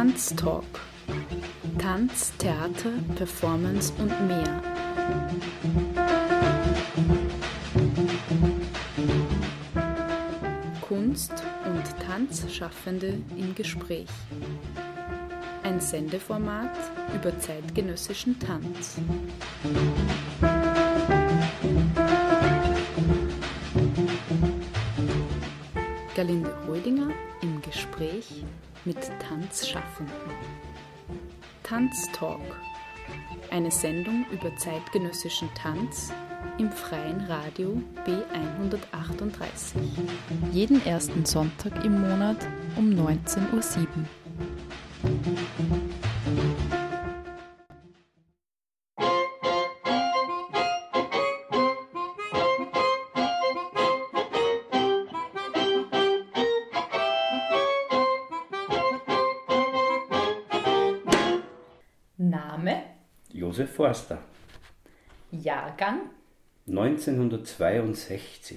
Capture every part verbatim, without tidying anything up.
Tanztalk. Tanz, Theater, Performance und mehr. Kunst- und Tanzschaffende im Gespräch. Ein Sendeformat über zeitgenössischen Tanz. Galinde Hoidinger im Gespräch mit Tanzschaffenden. Tanztalk. Eine Sendung über zeitgenössischen Tanz im freien Radio B hundertachtunddreißig. Jeden ersten Sonntag im Monat um neunzehn Uhr sieben. Name? Josef Forster. Jahrgang? neunzehnhundertzweiundsechzig.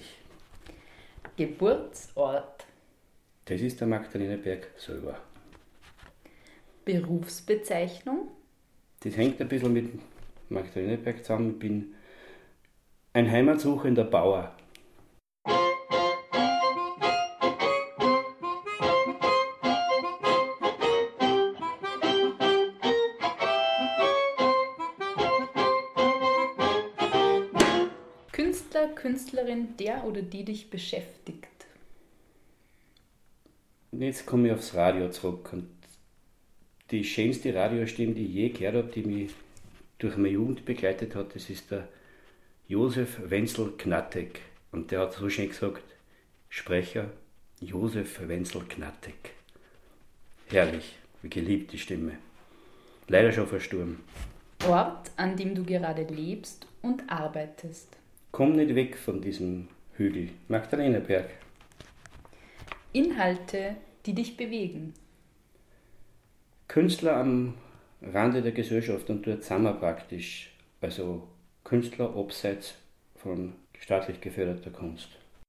Geburtsort? Das ist der Magdalenerberg selber. Berufsbezeichnung? Das hängt ein bisschen mit Magdalenerberg zusammen. Ich bin ein heimatsuchender Bauer. Künstler, Künstlerin, der oder die dich beschäftigt? Und jetzt komme ich aufs Radio zurück. Und die schönste Radiostimme, die ich je gehört habe, die mich durch meine Jugend begleitet hat, das ist der Josef Wenzel-Knattek. Und der hat so schön gesagt, Sprecher Josef Wenzel-Knattek. Herrlich, wie geliebt die Stimme. Leider schon verstorben. Ort, an dem du gerade lebst und arbeitest? Komm nicht weg von diesem Hügel, Magdalenerberg. Inhalte, die dich bewegen? Künstler am Rande der Gesellschaft und dort sind wir praktisch, also Künstler abseits von staatlich geförderter Kunst.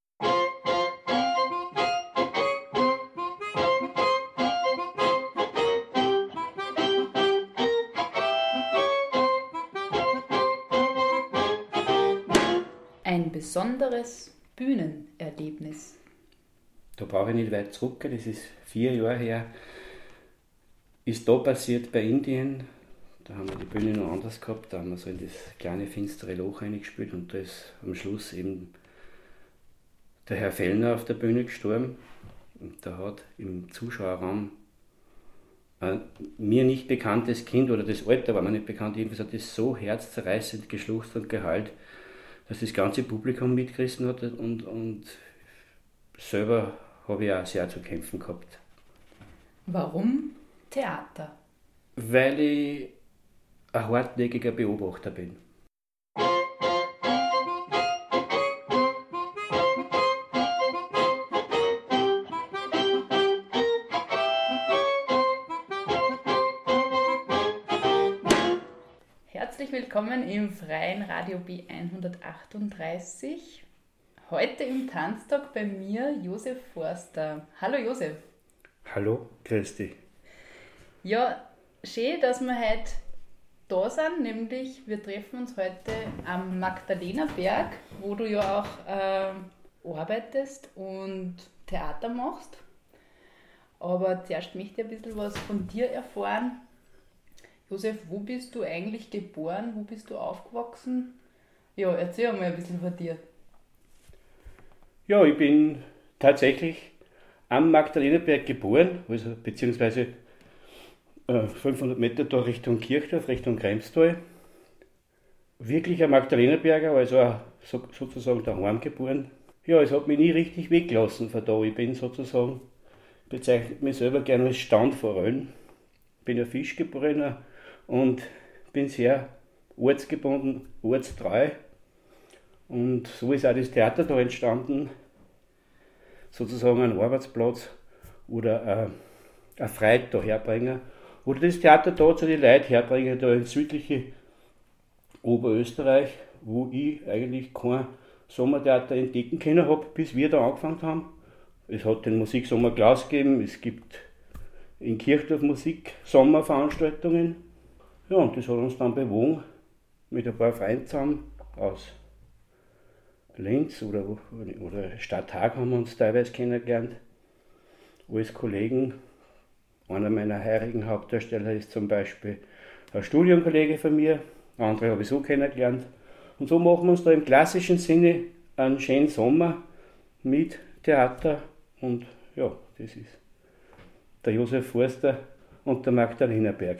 Ein besonderes Bühnenerlebnis? Da brauche ich nicht weit zurückgehen, das ist vier Jahre her. Ist da passiert bei Indien, da haben wir die Bühne noch anders gehabt, da haben wir so in das kleine finstere Loch reingespielt und da ist am Schluss eben der Herr Fellner auf der Bühne gestorben und da hat im Zuschauerraum ein mir nicht bekanntes Kind, oder das Alter war mir nicht bekannt, jedenfalls hat das so herzzerreißend geschluchzt und geheult, dass das ganze Publikum mitgerissen hat und, und selber habe ich auch sehr zu kämpfen gehabt. Warum Theater? Weil ich ein hartnäckiger Beobachter bin. Herzlich willkommen im freien Radio B hundertachtunddreißig. Heute im Tanztalk bei mir Josef Forster. Hallo Josef. Hallo, grüß dich. Ja, schön, dass wir heute da sind, nämlich wir treffen uns heute am Magdalenerberg, wo du ja auch äh, arbeitest und Theater machst. Aber zuerst möchte ich ein bisschen was von dir erfahren. Josef, wo bist du eigentlich geboren? Wo bist du aufgewachsen? Ja, erzähl mal ein bisschen von dir. Ja, ich bin tatsächlich am Magdalenerberg geboren, also beziehungsweise äh, fünfhundert Meter da Richtung Kirchdorf, Richtung Kremstal. Wirklich ein Magdalenerberger, also auch so, sozusagen daheim geboren. Ja, es hat mich nie richtig weggelassen von da. Ich bin sozusagen, bezeichnet mich selber gerne als Standforellen. Ich bin ein Fischgeborener und bin sehr ortsgebunden, ortstreu. Und so ist auch das Theater da entstanden, sozusagen ein Arbeitsplatz oder eine Freude da herbringen. Oder das Theater da zu den Leuten herbringen, da ins südliche Oberösterreich, wo ich eigentlich kein Sommertheater entdecken können habe, bis wir da angefangen haben. Es hat den Musiksommer Klaus gegeben, es gibt in Kirchdorf Musik, Sommerveranstaltungen. Ja, und das hat uns dann bewogen, mit ein paar Freunden zusammen aus Linz oder, oder Stadt Haag haben wir uns teilweise kennengelernt, als Kollegen. Einer meiner heurigen Hauptdarsteller ist zum Beispiel ein Studienkollege von mir, andere habe ich so kennengelernt. Und so machen wir uns da im klassischen Sinne einen schönen Sommer mit Theater und ja, das ist der Josef Forster und der Magdalenerberg.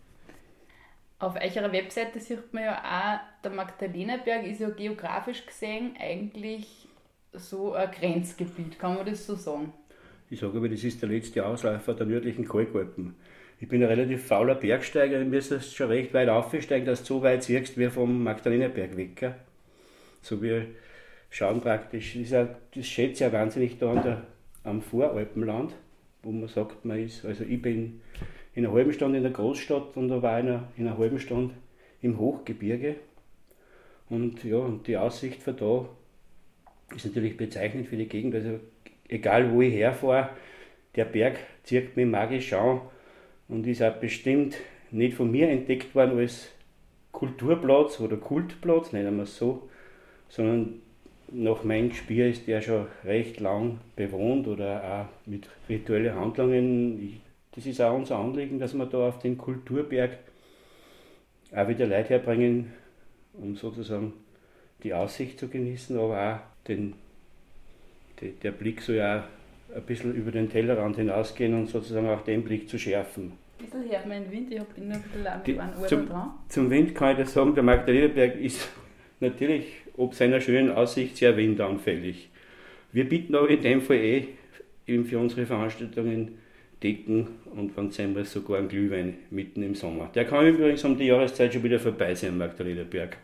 Auf eurer Webseite sieht man ja auch, der Magdalenerberg ist ja geografisch gesehen eigentlich so ein Grenzgebiet, kann man das so sagen? Ich sage aber, das ist der letzte Ausläufer der nördlichen Kalkalpen. Ich bin ein relativ fauler Bergsteiger, ich müsste schon recht weit aufsteigen, dass du so weit siehst wie vom Magdalenerberg weg. So wir schauen praktisch, das, ist auch, das schätze ich auch wahnsinnig da an der, am Voralpenland, wo man sagt, man ist, also ich bin in einer halben Stunde in der Großstadt und da war ich in einer, in einer halben Stunde im Hochgebirge. Und ja, und die Aussicht von da ist natürlich bezeichnend für die Gegend. Also egal wo ich herfahre, der Berg zieht mich magisch an und ist auch bestimmt nicht von mir entdeckt worden als Kulturplatz oder Kultplatz, nennen wir es so, sondern nach meinem Gespür ist der schon recht lang bewohnt oder auch mit rituellen Handlungen. Ich, das ist auch unser Anliegen, dass wir da auf den Kulturberg auch wieder Leute herbringen, um sozusagen die Aussicht zu genießen, aber auch den, de, der Blick soll ja auch ein bisschen über den Tellerrand hinausgehen und sozusagen auch den Blick zu schärfen. Ein bisschen hört man den Wind, ich bin noch ein bisschen mit die, einem Ohr zum, dran. Zum Wind kann ich das sagen, der Magdalenerberg ist natürlich ob seiner schönen Aussicht sehr windanfällig. Wir bieten aber in dem Fall eh eben für unsere Veranstaltungen Decken und wenn es sein muss, sogar einen Glühwein mitten im Sommer. Der kann übrigens um die Jahreszeit schon wieder vorbei sein, am Magdalenerberg.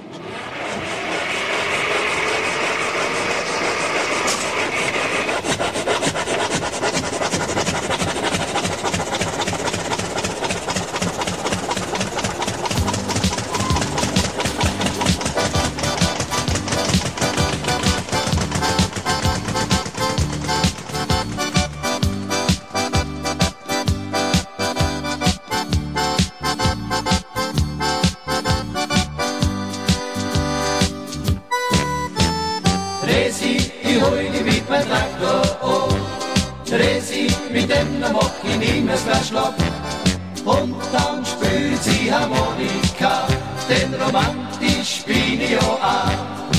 Und dann spielt sie Harmonika, denn romantisch bin ich ja auch.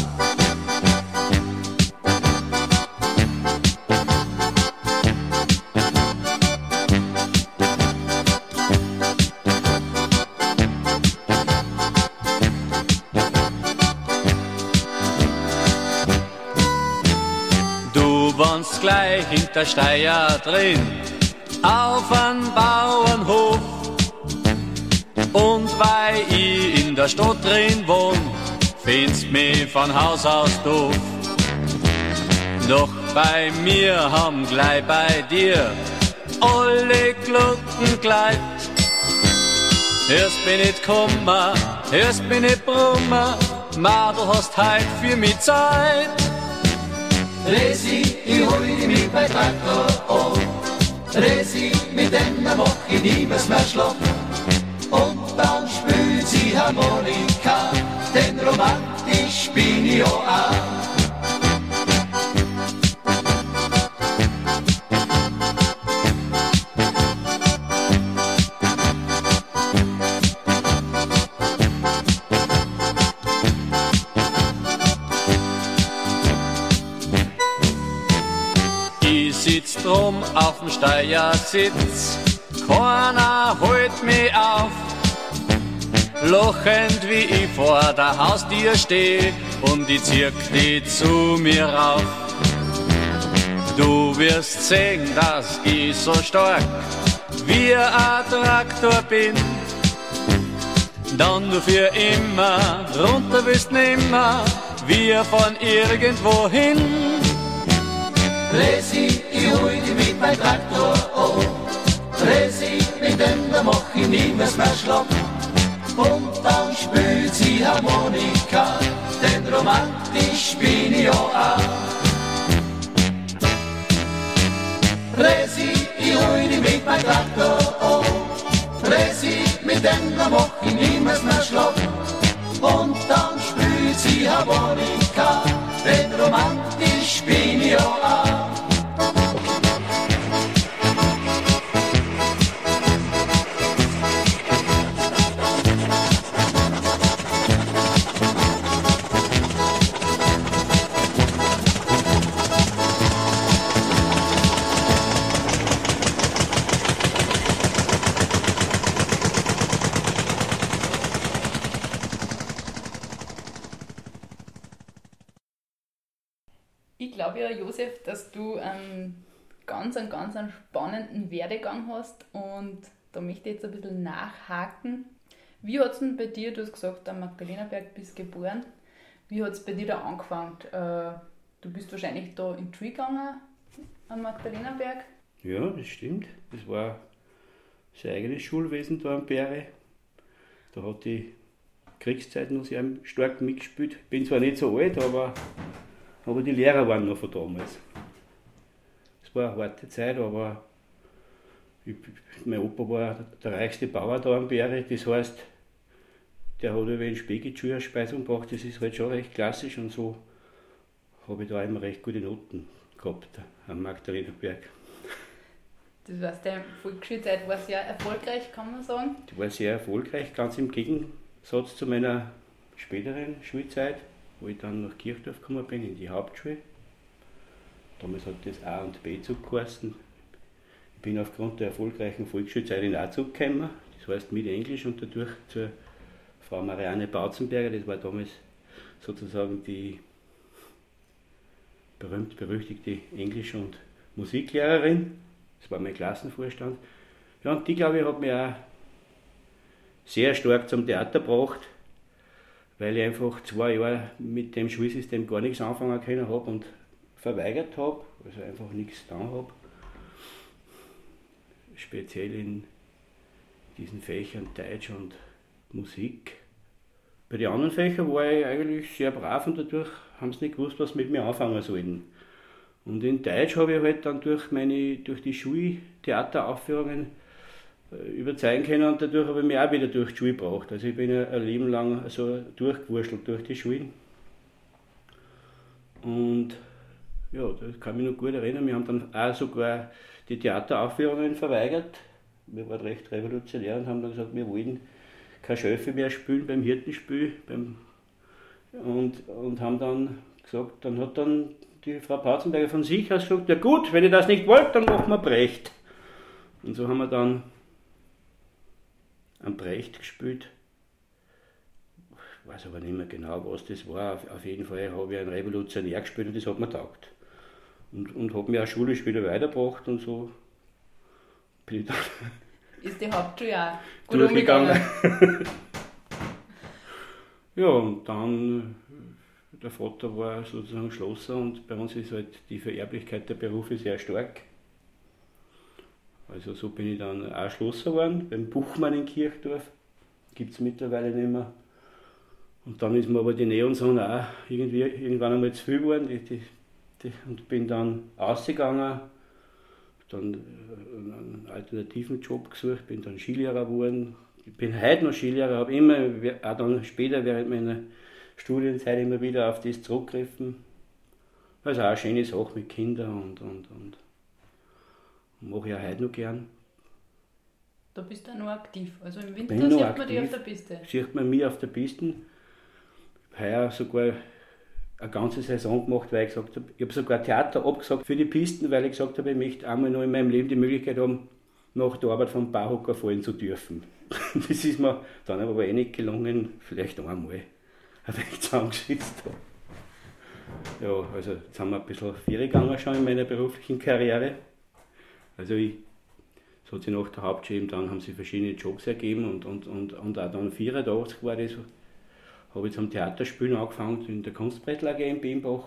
Du wohnst gleich hinter Steyr drin, auf einem Bauernhof. Und weil ich in der Stadt drin wohn, findest mich von Haus aus doof. Doch bei mir haben gleich bei dir alle Glocken gleit. Erst bin ich Kummer, erst bin ich Brummer, ma du hast heut für mich Zeit. Resi, ich hol dich mit mein Traktor an. Resi, mit dem mach ich niemals mehr Schluck. Und dann spielt sie Harmonika, denn romantisch bin ich ja auch. Ich sitz drum auf dem Steigersitz, keiner holt mich auf. Lochend wie ich vor der Haustür steh und ich zirk die zu mir rauf. Du wirst sehen, dass ich so stark wie ein Traktor bin. Dann du für immer runter bist nimmer, wir von irgendwo hin. Resi, ich hol dich mit mein Traktor an. Resi, mit dem da mach ich niemals mehr Schluck. Und dann spielt sie Harmonika, denn romantisch bin ich ja auch. Resi, ich hol dich mit mein Traktor romantisch bin ich auch. Ich glaube ja, Josef, dass du einen ganz, einen ganz einen spannenden Werdegang hast und da möchte ich jetzt ein bisschen nachhaken. Wie hat es denn bei dir, du hast gesagt, am Magdalenerberg bist du geboren, wie hat es bei dir da angefangen? Äh, du bist wahrscheinlich da in die Schule gegangen am Magdalenerberg? Ja, das stimmt. Das war sein eigenes Schulwesen da am Berre. Da hat die Kriegszeit noch sehr stark mitgespielt. Ich bin zwar nicht so alt, aber, aber die Lehrer waren noch von damals. Es war eine harte Zeit, aber ich, mein Opa war der reichste Bauer da am Berre. Das heißt, der hat über den Spiegelschule eine Speisung gebracht. Das ist halt schon recht klassisch und so habe ich da immer recht gute Noten gehabt am Magdalenerberg. Das heißt, deine Volksschulzeit war sehr erfolgreich, kann man sagen? Die war sehr erfolgreich, ganz im Gegensatz zu meiner späteren Schulzeit, wo ich dann nach Kirchdorf gekommen bin, in die Hauptschule. Damals hat das A- und B-Zug geheißen. Ich bin aufgrund der erfolgreichen Volksschulzeit in den A-Zug gekommen, das heißt mit Englisch und dadurch zur Frau Marianne Bautzenberger, das war damals sozusagen die berühmt-berüchtigte Englisch- und Musiklehrerin. Das war mein Klassenvorstand. Ja, und die, glaube ich, hat mich auch sehr stark zum Theater gebracht, weil ich einfach zwei Jahre mit dem Schulsystem gar nichts anfangen können habe und verweigert habe, also einfach nichts getan habe. Speziell in diesen Fächern Deutsch und Musik. Bei den anderen Fächern war ich eigentlich sehr brav und dadurch haben sie nicht gewusst, was sie mit mir anfangen sollten. Und in Deutsch habe ich halt dann durch, meine, durch die Schultheateraufführungen äh, überzeugen können und dadurch habe ich mich auch wieder durch die Schule gebracht. Also ich bin ein, ein Leben lang so durchgewurschtelt durch die Schulen. Und ja, das kann mich noch gut erinnern. Wir haben dann auch sogar die Theateraufführungen verweigert. Wir waren recht revolutionär und haben dann gesagt, wir wollten keine Schöffe mehr spielen beim Hirtenspiel. Beim und, und haben dann gesagt, dann hat dann die Frau Bautzenberger von sich aus gesagt, ja gut, wenn ihr das nicht wollt, dann machen wir Brecht. Und so haben wir dann am Brecht gespielt. Ich weiß aber nicht mehr genau, was das war. Auf jeden Fall habe ich einen Revolutionär gespielt und das hat mir taugt. Und, und habe mich auch schulisch wieder weitergebracht und so bin ich dann Ist die Hauptschule auch gut durchgegangen. umgegangen? Ja, und dann, der Vater war sozusagen Schlosser und bei uns ist halt die Vererblichkeit der Berufe sehr stark. Also so bin ich dann auch Schlosser geworden, beim Buchmann in Kirchdorf. Gibt es mittlerweile nicht mehr. Und dann ist mir aber die Neonsonne auch irgendwie, irgendwann einmal zu viel geworden. Die, die, die, und bin dann ausgegangen, dann einen alternativen Job gesucht, bin dann Skilehrer geworden. Ich bin heute noch Skilehrer, habe immer, auch dann später während meiner Studienzeit immer wieder auf das zurückgegriffen. Also auch eine schöne Sache mit Kindern und, und, und mache ich auch heute noch gern. Da bist du auch noch aktiv. Also im Winter Bin sieht noch man dich auf aktiv. der Piste. Sieht man mich auf der Piste. Heuer sogar eine ganze Saison gemacht, weil ich gesagt habe, ich habe sogar Theater abgesagt für die Pisten, weil ich gesagt habe, ich möchte einmal noch in meinem Leben die Möglichkeit haben, nach der Arbeit vom Barhocker fallen zu dürfen. Das ist mir dann aber eh nicht gelungen, vielleicht einmal ein wenig zusammengeschützt. Ja, also jetzt haben wir ein bisschen Ferien gegangen schon in meiner beruflichen Karriere. Also ich, so hat sich nach der Hauptschule eben dann haben sich verschiedene Jobs ergeben und, und, und, und auch dann vierundachtzig war das, habe ich zum Theaterspielen angefangen in der Kunstbrettel A G in Bimbach.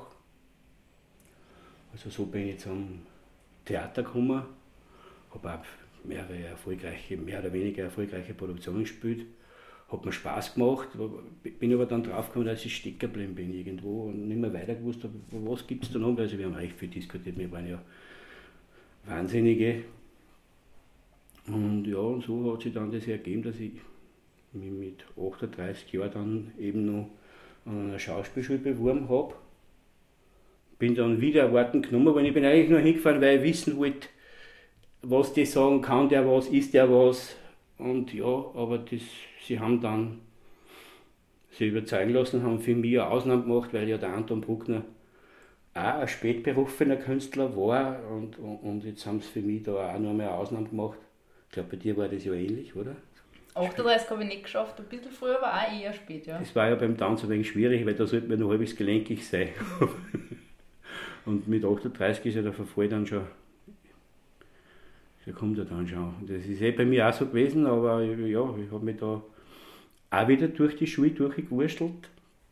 Also so bin ich zum Theater gekommen, habe auch mehrere erfolgreiche, mehr oder weniger erfolgreiche Produktionen gespielt, hat mir Spaß gemacht, bin aber dann draufgekommen, dass ich stecken geblieben bin irgendwo und nicht mehr weiter gewusst habe, was gibt es da noch, also wir haben recht viel diskutiert, wir waren ja Wahnsinnige. Und ja, und so hat sich dann das ergeben, dass ich mich mit achtunddreißig Jahren dann eben noch an einer Schauspielschule beworben habe. bin dann wieder erwartend genommen, weil ich bin eigentlich nur hingefahren, weil ich wissen wollte, was die sagen, kann der was, ist der was. Und ja, aber das, sie haben dann sich überzeugen lassen, haben für mich eine Ausnahme gemacht, weil ja der Anton Bruckner auch ein spätberufener Künstler war und, und, und jetzt haben sie für mich da auch noch mal eine Ausnahme gemacht. Ich glaube, bei dir war das ja ähnlich, oder? achtunddreißig habe ich nicht geschafft, ein bisschen früher, aber auch eher spät, ja. Das war ja beim Tanz ein wenig schwierig, weil da sollte man noch halbwegs gelenkig sein. Und mit achtunddreißig ist ja der Verfall dann schon, der kommt ja dann schon. Das ist eh bei mir auch so gewesen, aber ja, ich habe mich da auch wieder durch die Schule durchgewurstelt.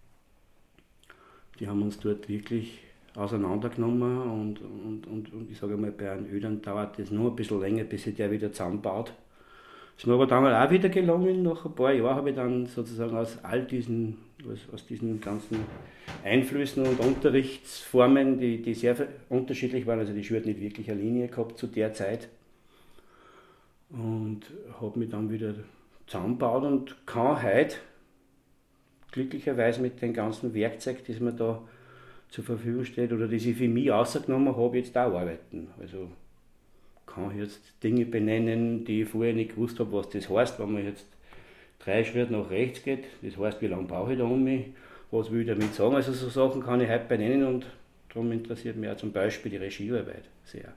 Die haben uns dort wirklich auseinandergenommen und, und, und, und ich sage mal, bei einem Ödern dauert das noch ein bisschen länger, bis sich der wieder zusammenbaut. Ist mir aber damals auch wieder gelungen. Nach ein paar Jahren habe ich dann sozusagen aus all diesen, aus, aus diesen ganzen Einflüssen und Unterrichtsformen, die, die sehr unterschiedlich waren, also die Schule hat nicht wirklich eine Linie gehabt zu der Zeit, und habe mich dann wieder zusammengebaut und kann heute glücklicherweise mit dem ganzen Werkzeug, das mir da zur Verfügung steht oder das ich für mich rausgenommen habe, jetzt auch arbeiten. Also kann jetzt Dinge benennen, die ich vorher nicht gewusst habe, was das heißt, wenn man jetzt drei Schritte nach rechts geht. Das heißt, wie lange brauche ich da um mich, was will ich damit sagen. Also so Sachen kann ich heute benennen und darum interessiert mich auch zum Beispiel die Regiearbeit sehr.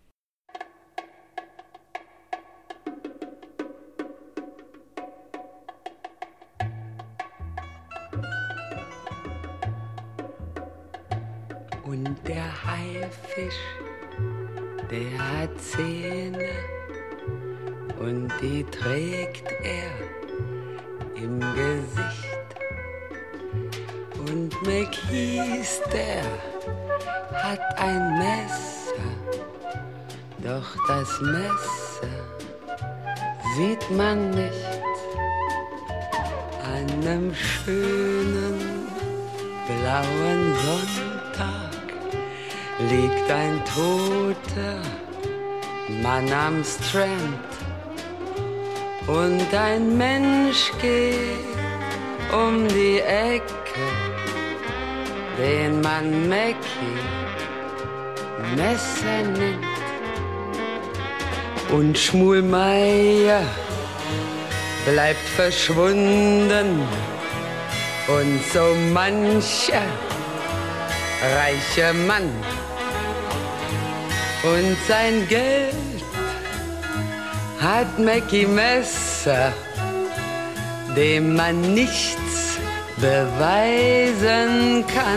Und der Haifisch, der hat Zähne und die trägt er im Gesicht. Und McKees, der hat ein Messer, doch das Messer sieht man nicht. An einem schönen blauen Sonntag liegt ein toter Mann am Strand und ein Mensch geht um die Ecke, den man Mackie Messer nennt. Und Schmulmeier bleibt verschwunden und so mancher reicher Mann und sein Geld hat Mackie Messer, dem man nichts beweisen kann.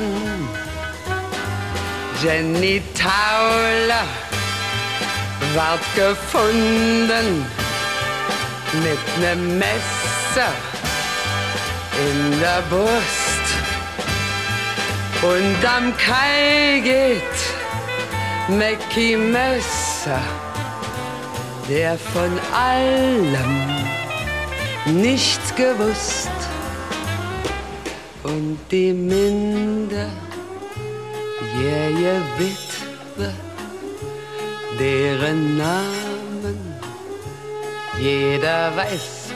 Jenny Tauler ward gefunden mit nem Messer in der Brust und am Kai geht Mackie Messer, der von allem nichts gewusst. Und die minderjährige Witwe, deren Namen jeder weiß,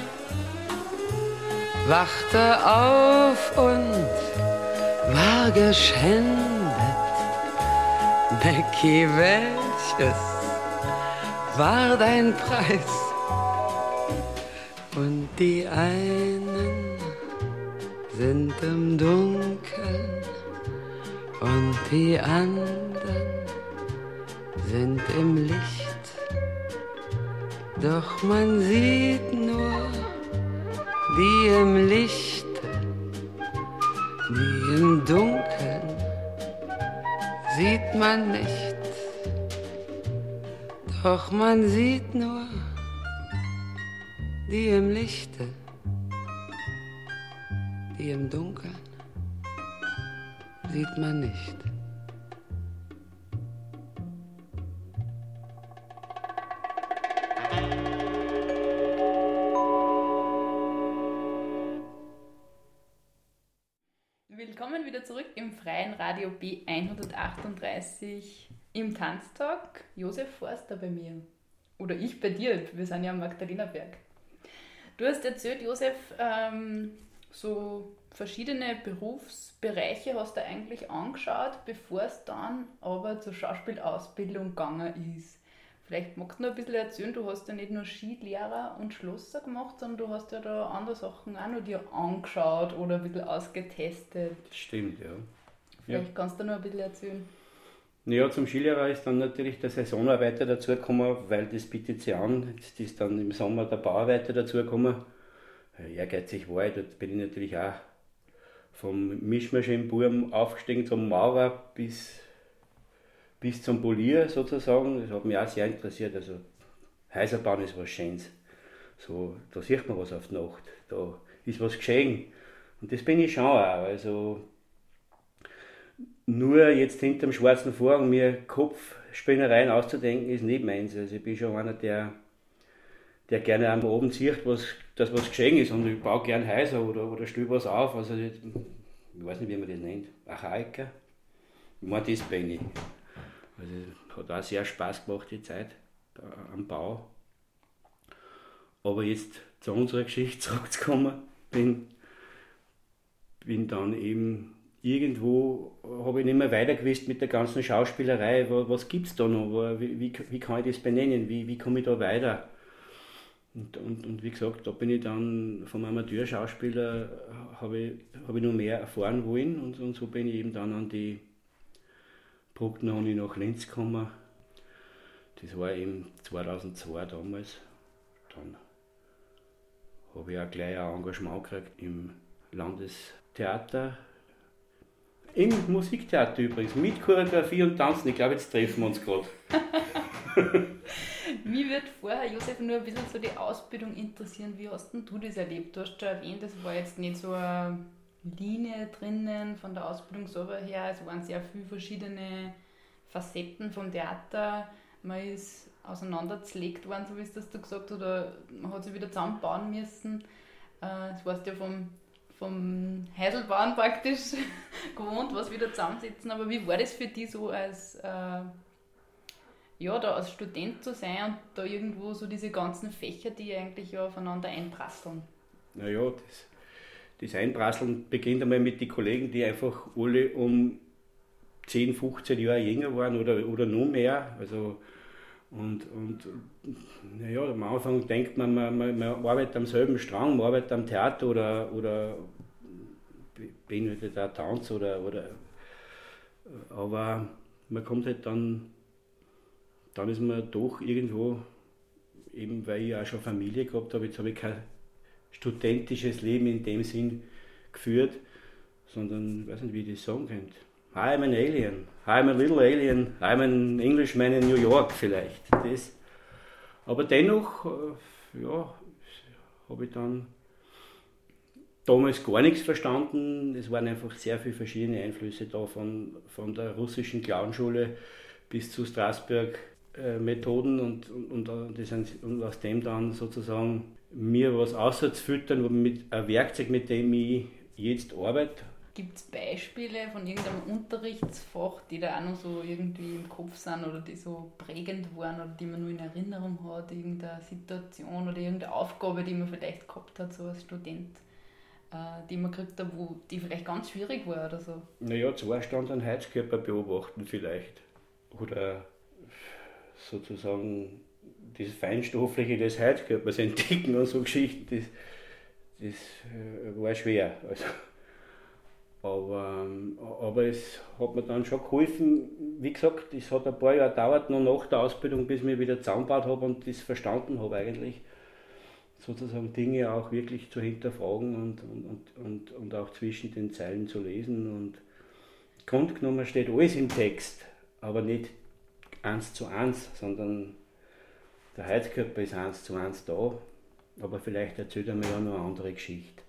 wachte auf und war geschändet. Mackie, welches war dein Preis? Und die einen sind im Dunkeln und die anderen sind im Licht. Doch man sieht nur die im Lichte, die im Dunkeln sieht man nicht. Doch man sieht nur die im Lichte, die im Dunkeln sieht man nicht. Willkommen wieder zurück im freien Radio B hundertachtunddreißig im Tanztalk. Josef Forster bei mir. Oder ich bei dir, wir sind ja am Magdalenerberg. Du hast erzählt, Josef, ähm, so verschiedene Berufsbereiche hast du eigentlich angeschaut, bevor es dann aber zur Schauspielausbildung gegangen ist. Vielleicht magst du noch ein bisschen erzählen, du hast ja nicht nur Skilehrer und Schlosser gemacht, sondern du hast ja da andere Sachen auch noch dir angeschaut oder ein bisschen ausgetestet. Stimmt, ja. Vielleicht ja. kannst du noch ein bisschen erzählen. Naja, zum Skilehrer ist dann natürlich der Saisonarbeiter dazugekommen, weil das bietet sich an. Jetzt ist dann im Sommer der Bauarbeiter dazugekommen. Ehrgeizig war ich, dort bin ich natürlich auch vom Mischmaschinenbuben aufgestiegen zum Maurer bis, bis zum Polier sozusagen. Das hat mich auch sehr interessiert. Also Häuser bauen ist was Schönes. So, da sieht man was auf die Nacht, da ist was geschehen. Und das bin ich schon auch. Also nur jetzt hinterm schwarzen Vorhang mir Kopfspinnereien auszudenken, ist nicht meins. Also ich bin schon einer, der, der gerne am oben sieht, was, dass was geschehen ist. Und ich baue gerne Häuser oder, oder stelle was auf. Also ich, ich weiß nicht, wie man das nennt. Archaiker. Ich meine, das bin ich. Also es hat auch sehr Spaß gemacht, die Zeit am Bau. Aber jetzt zu unserer Geschichte zurückzukommen, bin, bin dann eben irgendwo, habe ich nicht mehr weiter gewusst mit der ganzen Schauspielerei, was, was gibt es da noch, wie, wie, wie kann ich das benennen, wie, wie komme ich da weiter? Und, und, und wie gesagt, da bin ich dann vom Amateurschauspieler, habe ich, hab ich noch mehr erfahren wollen und, und so bin ich eben dann an die Bruckner Uni nach Linz gekommen. Das war eben zweitausendzwei damals. Dann habe ich auch gleich ein Engagement gekriegt im Landestheater. Im Musiktheater übrigens, mit Choreografie und Tanzen. Ich glaube, jetzt treffen wir uns gerade. Mich würde vorher, Josef, nur ein bisschen so die Ausbildung interessieren. Wie hast denn du das erlebt? Du hast schon erwähnt, es war jetzt nicht so eine Linie drinnen von der Ausbildung selber her. Es waren sehr viele verschiedene Facetten vom Theater. Man ist auseinanderzerlegt worden, so wie es das du gesagt hast, oder man hat sich wieder zusammenbauen müssen. Das warst ja vom, vom Heiselbauen praktisch gewohnt, was wieder zusammensetzen. Aber wie war das für dich so als, äh, ja, da als Student zu sein und da irgendwo so diese ganzen Fächer, die eigentlich ja aufeinander einprasseln? Naja, das, das Einprasseln beginnt einmal mit den Kollegen, die einfach alle um zehn, fünfzehn Jahre jünger waren oder, oder noch mehr. Also, und, und naja, am Anfang denkt man, man, man, man arbeitet am selben Strang, man arbeitet am Theater oder, oder beinhaltet auch Tanz oder, oder aber man kommt halt dann, dann ist man doch irgendwo, eben weil ich auch schon Familie gehabt habe, jetzt habe ich kein studentisches Leben in dem Sinn geführt, sondern ich weiß nicht, wie ich das sagen könnte. I'm an alien, I'm a little alien, I'm an Englishman in New York vielleicht. Das. Aber dennoch, ja, habe ich dann damals gar nichts verstanden. Es waren einfach sehr viele verschiedene Einflüsse da, von, von der russischen Clownschule bis zu Straßburg-Methoden und, und, und, das, und aus dem dann sozusagen mir was auszufüttern mit ein Werkzeug, mit dem ich jetzt arbeite. Gibt es Beispiele von irgendeinem Unterrichtsfach, die da auch noch so irgendwie im Kopf sind oder die so prägend waren oder die man nur in Erinnerung hat, irgendeine Situation oder irgendeine Aufgabe, die man vielleicht gehabt hat, so als Student, äh, die man gekriegt hat, wo die vielleicht ganz schwierig war oder so? Naja, Zustand an Heizkörper beobachten vielleicht. Oder sozusagen das Feinstoffliche des Heizkörpers entdecken und so Geschichten, das, das war schwer. Also, Aber, aber es hat mir dann schon geholfen, wie gesagt, es hat ein paar Jahre gedauert, noch nach der Ausbildung, bis ich mich wieder zusammengebaut habe und das verstanden habe eigentlich, sozusagen Dinge auch wirklich zu hinterfragen und, und, und, und auch zwischen den Zeilen zu lesen. Und im Grunde genommen steht alles im Text, aber nicht eins zu eins, sondern der Heizkörper ist eins zu eins da, aber vielleicht erzählt er mir ja noch eine andere Geschichte.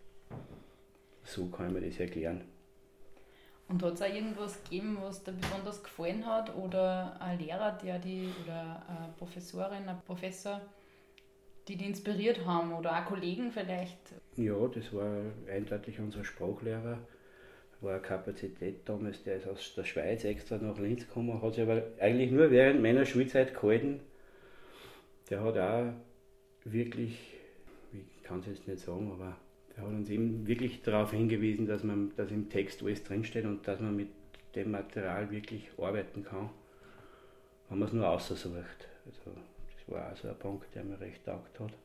So kann ich mir das erklären. Und hat es auch irgendwas gegeben, was dir besonders gefallen hat? Oder ein Lehrer, der die, oder eine Professorin, ein Professor, die dich inspiriert haben? Oder auch Kollegen vielleicht? Ja, das war eindeutig unser Sprachlehrer. War eine Kapazität damals, der ist aus der Schweiz extra nach Linz gekommen, hat sich aber eigentlich nur während meiner Schulzeit gehalten. Der hat auch wirklich, ich kann es jetzt nicht sagen, aber der hat uns eben wirklich darauf hingewiesen, dass, man, dass im Text alles drinsteht und dass man mit dem Material wirklich arbeiten kann, wenn man es nur aussucht. Also das war auch so ein Punkt, der mir recht taugt hat.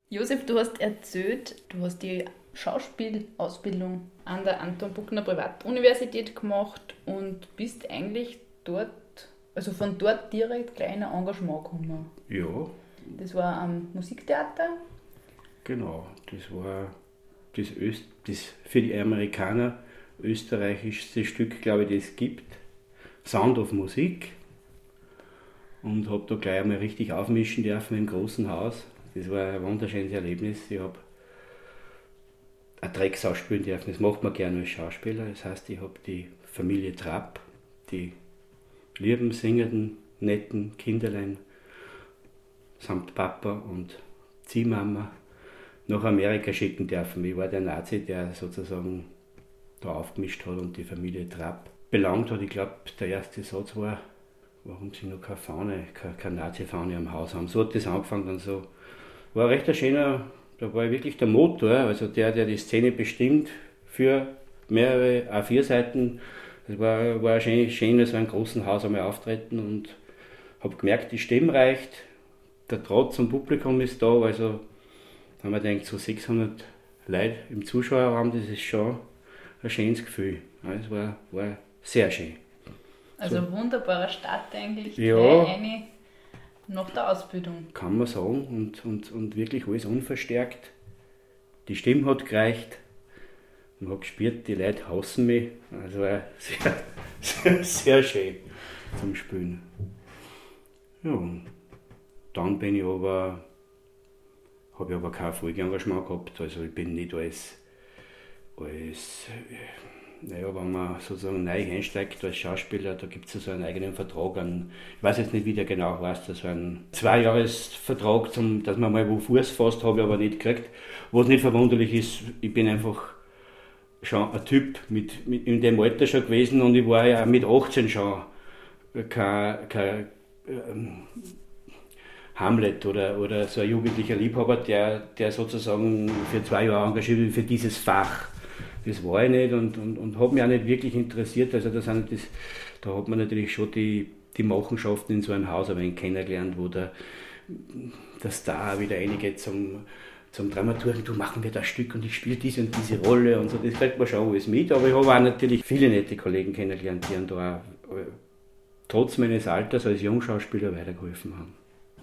Josef, du hast erzählt, du hast die Schauspielausbildung an der Anton Bruckner Privatuniversität gemacht und bist eigentlich dort, also von dort direkt gleich in ein Engagement gekommen. Ja. Das war am Musiktheater. Genau, das war das, Öst, das für die Amerikaner österreichischste Stück, glaube ich, das es gibt. Sound of Musik. Und habe da gleich einmal richtig aufmischen dürfen im großen Haus. Das war ein wunderschönes Erlebnis. Ich habe ein Drecksau spielen dürfen. Das macht man gerne als Schauspieler. Das heißt, ich habe die Familie Trapp, die lieben, singenden, netten Kinderlein samt Papa und Ziehmama nach Amerika schicken dürfen. Ich war der Nazi, der sozusagen da aufgemischt hat und die Familie Trapp belangt hat. Ich glaube, der erste Satz war, warum sie noch keine Fahne, keine, keine Nazi-Fahne am Haus haben. So hat das angefangen dann so. War recht ein schöner, da war wirklich der Motor, also der, der die Szene bestimmt für mehrere A vier Seiten. Das war, war schön, schön, dass wir in einem großen Haus einmal auftreten und habe gemerkt, die Stimme reicht, der Draht zum Publikum ist da, also da haben wir gedacht, so sechshundert Leute im Zuschauerraum, das ist schon ein schönes Gefühl. Es war, war sehr schön. Also so. Ein wunderbarer Start eigentlich, ja, eine nach der Ausbildung. Kann man sagen, und, und, und wirklich alles unverstärkt. Die Stimme hat gereicht. Man hat gespürt, die Leute hassen mich. Also war sehr, sehr, sehr schön zum Spielen. Ja, und dann bin ich aber, habe ich aber kein Folgeengagement gehabt. Also ich bin nicht als, als naja, wenn man sozusagen neu einsteigt als Schauspieler, da gibt es so einen eigenen Vertrag. Einen, ich weiß jetzt nicht, wie der genau heißt, das war ein Zweijahresvertrag, zum, dass man mal wo Fuß fasst, habe ich aber nicht gekriegt. Was nicht verwunderlich ist, ich bin einfach schon ein Typ mit, mit in dem Alter schon gewesen und ich war ja mit achtzehn schon kein, kein ähm, Hamlet oder, oder so ein jugendlicher Liebhaber, der, der sozusagen für zwei Jahre engagiert wird für dieses Fach. Das war ich nicht und, und, und hat mich auch nicht wirklich interessiert. Also das, das, da hat man natürlich schon die, die Machenschaften in so einem Haus ein wenig kennengelernt, wo der, der Star wieder einige zum, zum Dramaturgen, du machen wir das Stück und ich spiele diese und diese Rolle und so, das kriegt man schon alles mit. Aber ich habe auch natürlich viele nette Kollegen kennengelernt, die da auch, trotz meines Alters als Jungschauspieler weitergeholfen haben.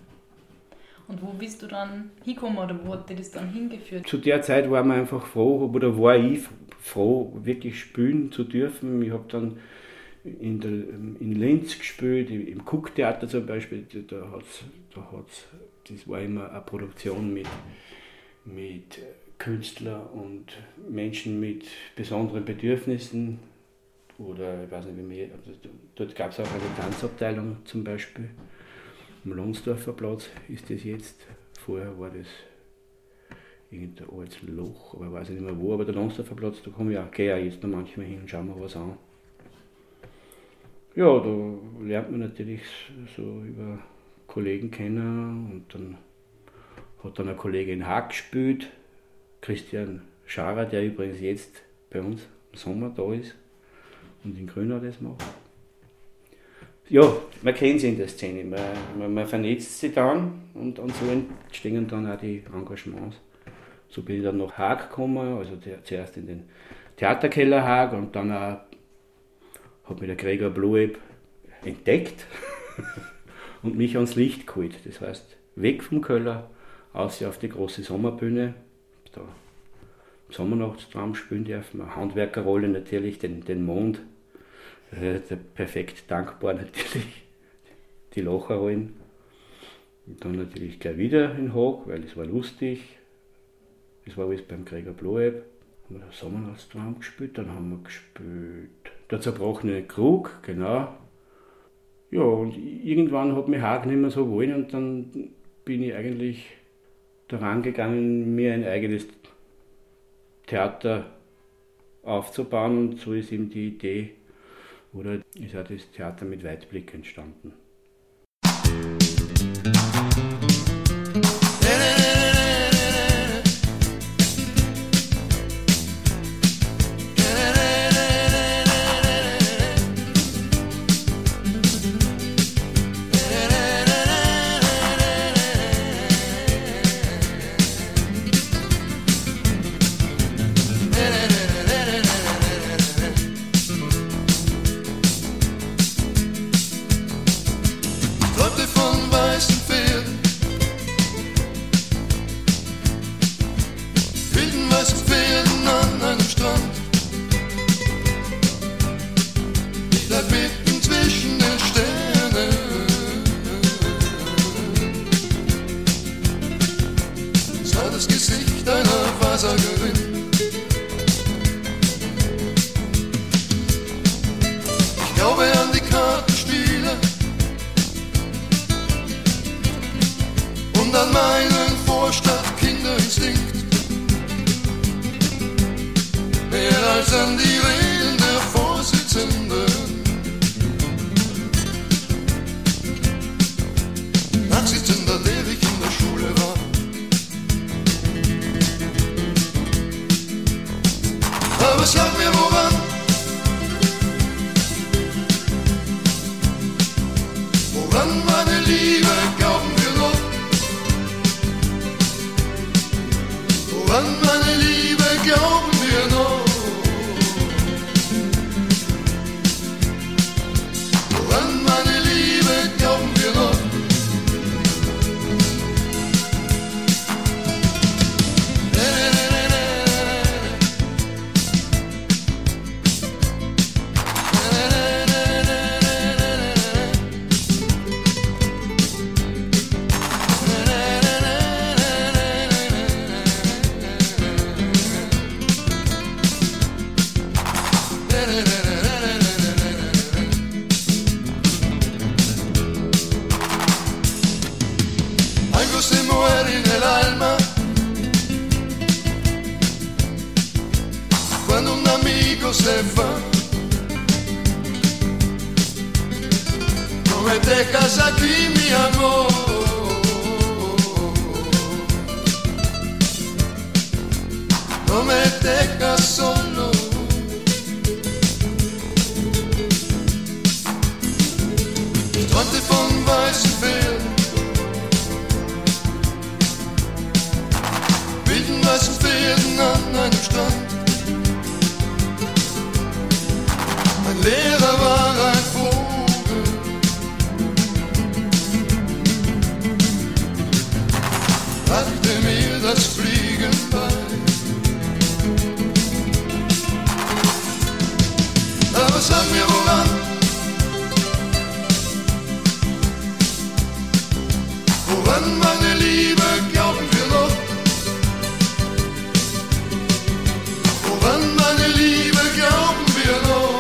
Und wo bist du dann hingekommen oder wo hat dir das dann hingeführt? Zu der Zeit war man einfach froh, oder war ich froh, wirklich spielen zu dürfen. Ich habe dann in, der, in Linz gespielt, im Cook-Theater zum Beispiel. Da hat's, da hat's, das war immer eine Produktion mit, mit Künstlern und Menschen mit besonderen Bedürfnissen. Oder ich weiß nicht, wie mehr. Dort gab es auch eine Tanzabteilung zum Beispiel. Am Lohnsdorfer Platz ist das jetzt. Vorher war das irgendein altes Loch, aber ich weiß nicht mehr wo. Aber der Lohnsdorfer Platz, da komme ich auch, gehe ich auch jetzt noch manchmal hin und schauen wir was an. Ja, da lernt man natürlich so über Kollegen kennen und dann hat dann ein Kollege in Haag gespielt, Christian Scharer, der übrigens jetzt bei uns im Sommer da ist und in Grünau das macht. Ja, man kennt sie in der Szene, man, man, man vernetzt sie dann und, und so entstehen dann auch die Engagements. So bin ich dann nach Haag gekommen, also der, zuerst in den Theaterkeller Haag und dann auch, hat mich der Gregor Blueb entdeckt und mich ans Licht geholt. Das heißt, weg vom Keller, aus auf die große Sommerbühne, da im Sommernachtstraum spielen dürfen, eine Handwerkerrolle natürlich, den, den Mond. Der perfekt dankbar natürlich, die Lacherrollen. Und dann natürlich gleich wieder in Haag, weil es war lustig. Das war alles beim Gregor Blueb. Haben wir den Sommernachtstraum gespielt, dann haben wir gespielt der zerbrochene Krug, genau. Ja, und irgendwann hat mich Haag nicht mehr so wollen und dann bin ich eigentlich daran gegangen, mir ein eigenes Theater aufzubauen und so ist eben die Idee, oder ist auch das Theater mit Weitblick entstanden. das Gesicht einer Wahrsagerin. Ich glaube an die Kartenspiele und an meinen Vorstadt-Kinderinstinkt, mehr als an die Reden der Vorsitzenden. Nachsitzender, der ich in der Schule war. Aber sag mir woran, woran meine Liebe glauben wir noch? Woran meine Liebe glauben wir noch? Woran meine Liebe glauben wir noch? Algo se muere en el alma cuando un amigo se va. No me dejas aquí, mi amor. No me dejas solo. Ich träumte von weißen Pferden, wilden weißen Pferden an einem Strand. Mein Lehrer war ein Vogel, brachte mir das Fliegen bei. Aber sag mir woran, woran meine Liebe glauben wir noch? Woran meine Liebe glauben wir noch?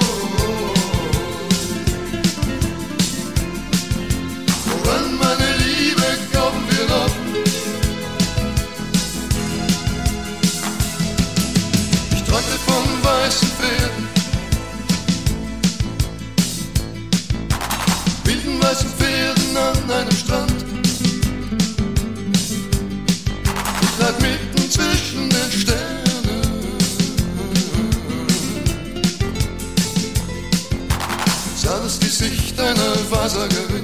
Woran meine Liebe glauben wir noch? Ich träumte von weißen Pferden, wilden weißen Pferden an einem Strand. Ich lag mitten zwischen den Sternen, sah das Gesicht einer Wahrsagerin.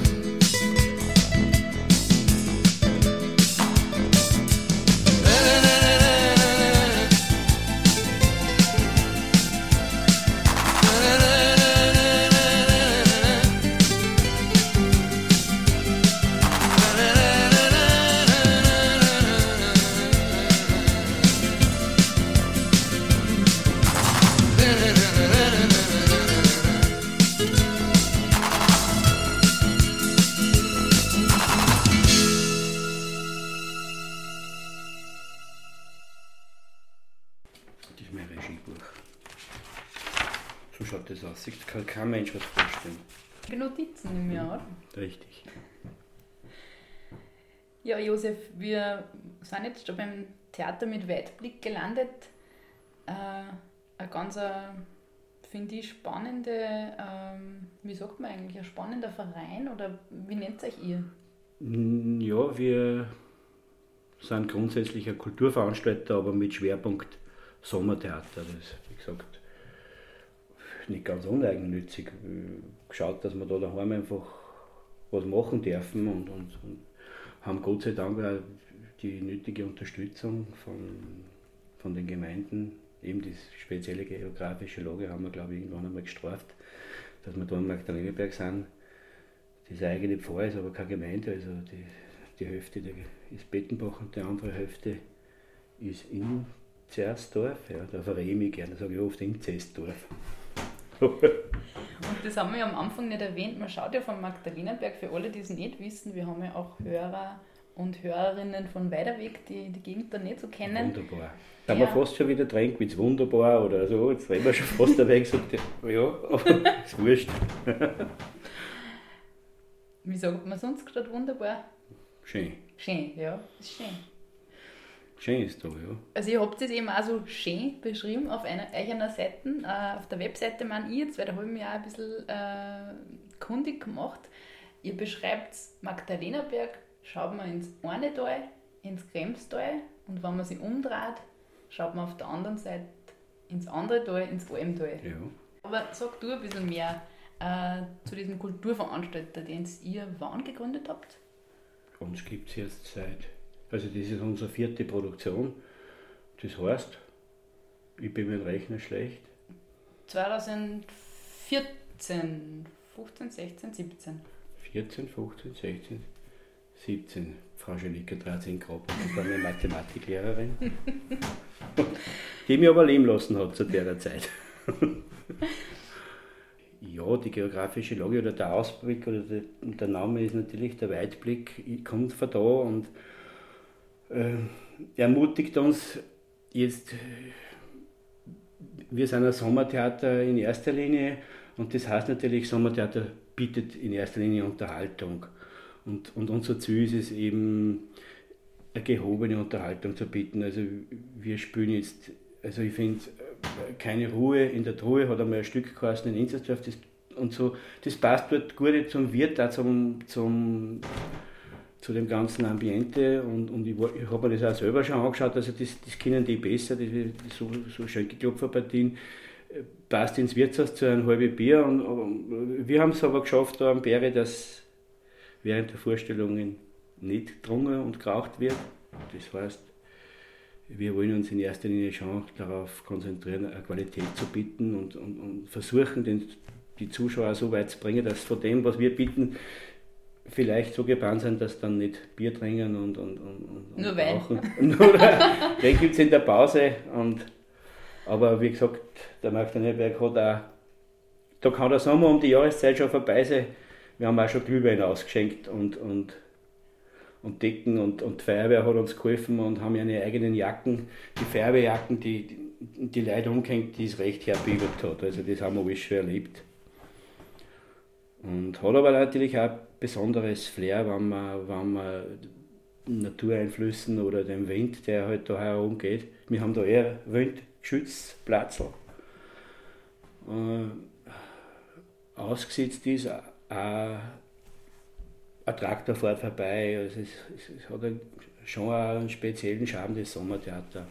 Das ist mein Regiebuch. So schaut das aus. Sich kann kein Mensch was vorstellen. Die Notizen im Jahr. Richtig. Ja, Josef, wir sind jetzt schon beim Theater mit Weitblick gelandet. Äh, ein ganz, finde ich, spannende, ähm, wie sagt man eigentlich, ein spannender Verein oder wie nennt euch ihr? Ja, wir sind grundsätzlich ein Kulturveranstalter, aber mit Schwerpunkt Sommertheater. Das ist, wie gesagt, nicht ganz uneigennützig. Geschaut, dass wir da daheim einfach was machen dürfen und, und, und haben Gott sei Dank auch die nötige Unterstützung von, von den Gemeinden. Eben die spezielle geografische Lage haben wir, glaube ich, irgendwann einmal gestraft, dass wir da in Magdaleneberg sind. Das eigene Pfarr ist aber keine Gemeinde, also die, die Hälfte ist Bettenbach und die andere Hälfte ist in Zersdorf. Ja, da verrede ich mich gerne, da sage ich oft in Zestdorf. Und das haben wir ja am Anfang nicht erwähnt, man schaut ja von Magdaleneberg, für alle, die es nicht wissen, wir haben ja auch Hörer und Hörerinnen von weiter weg, die die Gegend da nicht so kennen. Wunderbar. Da haben wir fast schon wieder dran, wie es wunderbar oder so. Jetzt reden wir schon fast dabei gesagt, ja, aber ist wurscht. Wie sagt man sonst gerade wunderbar? Schön. Schön, ja, ist schön. Schön ist da, ja. Also ihr habt das eben auch so schön beschrieben auf einer, einer Seite, äh, auf der Webseite mein ich jetzt, weil da habe ich mich auch ein bisschen äh, kundig gemacht. Ihr beschreibt Magdalenerberg, schaut man ins eine Tal, ins Kremstal und wenn man sich umdreht, schaut man auf der anderen Seite ins andere Tal, ins Almtal. Ja. Aber sag du ein bisschen mehr äh, zu diesem Kulturveranstalter, den ihr wann gegründet habt? Uns gibt es jetzt seit, also das ist unsere vierte Produktion. Das heißt, ich bin mit dem Rechner schlecht. zwanzig vierzehn, fünfzehn, sechzehn, siebzehn. vierzehn, fünfzehn, sechzehn, siebzehn. Frau Schelicker dreizehn Grad. Das war meine Mathematiklehrerin. Die mich aber leben lassen hat zu der Zeit. Ja, die geografische Lage oder der Ausblick oder der, der Name ist natürlich der Weitblick, kommt von da und äh, ermutigt uns jetzt, wir sind ein Sommertheater in erster Linie und das heißt natürlich, Sommertheater bietet in erster Linie Unterhaltung und, und unser Ziel ist es eben, eine gehobene Unterhaltung zu bieten. Also wir spielen jetzt, also ich finde, keine Ruhe in der Truhe hat einmal ein Stück geheißen in Inzersdorf das, und so. Das passt dort gut zum Wirt, auch zum, zum, zu dem ganzen Ambiente und, und ich, ich habe mir das auch selber schon angeschaut, also das, das können die besser, das, das so, so Schenkelklopferpartien, passt ins Wirtshaus zu einem halben Bier und, und wir haben es aber geschafft da am Berge, dass während der Vorstellungen nicht getrunken und geraucht wird. Das heißt, wir wollen uns in erster Linie schon darauf konzentrieren, eine Qualität zu bieten und, und, und versuchen, den, die Zuschauer so weit zu bringen, dass von dem, was wir bieten, vielleicht so gebannt sind, dass dann nicht Bier trinken und, und, und, und nur Wein. rauchen. Nur den gibt es in der Pause. Und, aber wie gesagt, der Magdalenerberg hat auch, da kann der Sommer um die Jahreszeit schon vorbei sein. Wir haben auch schon Glühwein ausgeschenkt und, und und Decken und, und die Feuerwehr hat uns geholfen und haben ihre eigenen Jacken, die Feuerwehrjacken, die die, die Leute umgehängt, die es recht herbügelt hat. Also das haben wir alles schon erlebt. Und hat aber natürlich auch ein besonderes Flair, wenn man, wenn man Natureinflüssen oder dem Wind, der halt da herumgeht. Wir haben da eher windgeschütztes Platzl. Äh, ausgesetzt ist auch ein Traktor fährt vorbei, also es, es, es hat einen, schon einen speziellen Charme, das Sommertheater.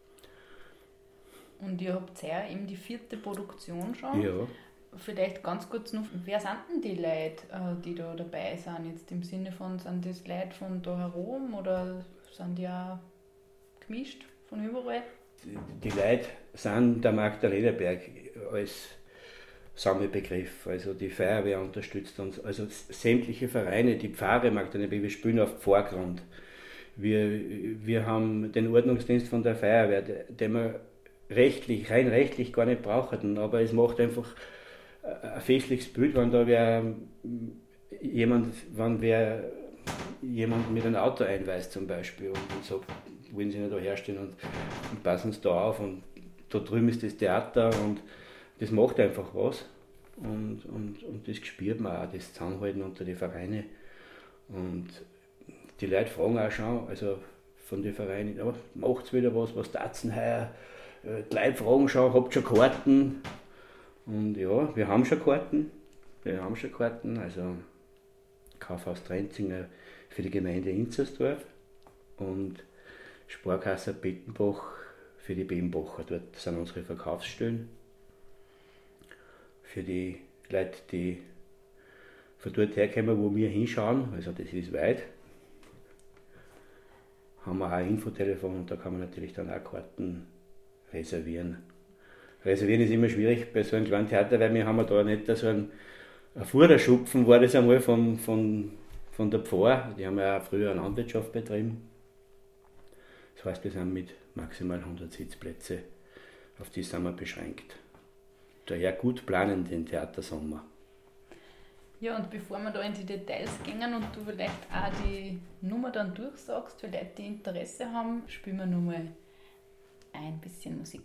Und ihr habt ja eben die vierte Produktion schon. Ja. Vielleicht ganz kurz noch, wer sind denn die Leute, die da dabei sind? Jetzt im Sinne von, sind das Leute von da herum oder sind die auch gemischt von überall? Die, die Leute sind der Magdalenerberg als Sammelbegriff. Also die Feuerwehr unterstützt uns, also sämtliche Vereine, die Pfarre Magdalenerberg, wir spielen auf Vorgrund. Wir, wir haben den Ordnungsdienst von der Feuerwehr, den wir rechtlich, rein rechtlich gar nicht brauchen, aber es macht einfach ein festliches Bild, wenn da wer jemand, wenn wer jemand mit einem Auto einweist zum Beispiel und, und sagt, wollen Sie nicht da herstellen und, und passen Sie da auf und da drüben ist das Theater und das macht einfach was und, und, und das spürt man auch, das Zusammenhalten unter den Vereinen und die Leute fragen auch schon, also von den Vereinen, ja, macht es wieder was, was tat's denn heuer? Die Leute fragen schon, habt ihr schon Karten? Und ja, wir haben schon Karten, wir haben schon Karten, also Kaufhaus Trenzinger für die Gemeinde Inzersdorf und Sparkasse Bettenbach für die Bebenbacher, dort sind unsere Verkaufsstellen. Für die Leute, die von dort herkommen, wo wir hinschauen, also das ist weit, haben wir auch ein Infotelefon und da kann man natürlich dann auch Karten reservieren. Reservieren ist immer schwierig bei so einem kleinen Theater, weil wir haben da nicht so einen, einen Futterschupfen, war das einmal von, von, von der Pfarr, die haben ja auch früher eine Landwirtschaft betrieben. Das heißt, wir sind mit maximal hundert Sitzplätzen, auf die sind wir beschränkt. Daher gut planen den Theatersommer. Ja, und bevor wir da in die Details gehen und du vielleicht auch die Nummer dann durchsagst, für Leute, die Interesse haben, spielen wir nur mal ein bisschen Musik.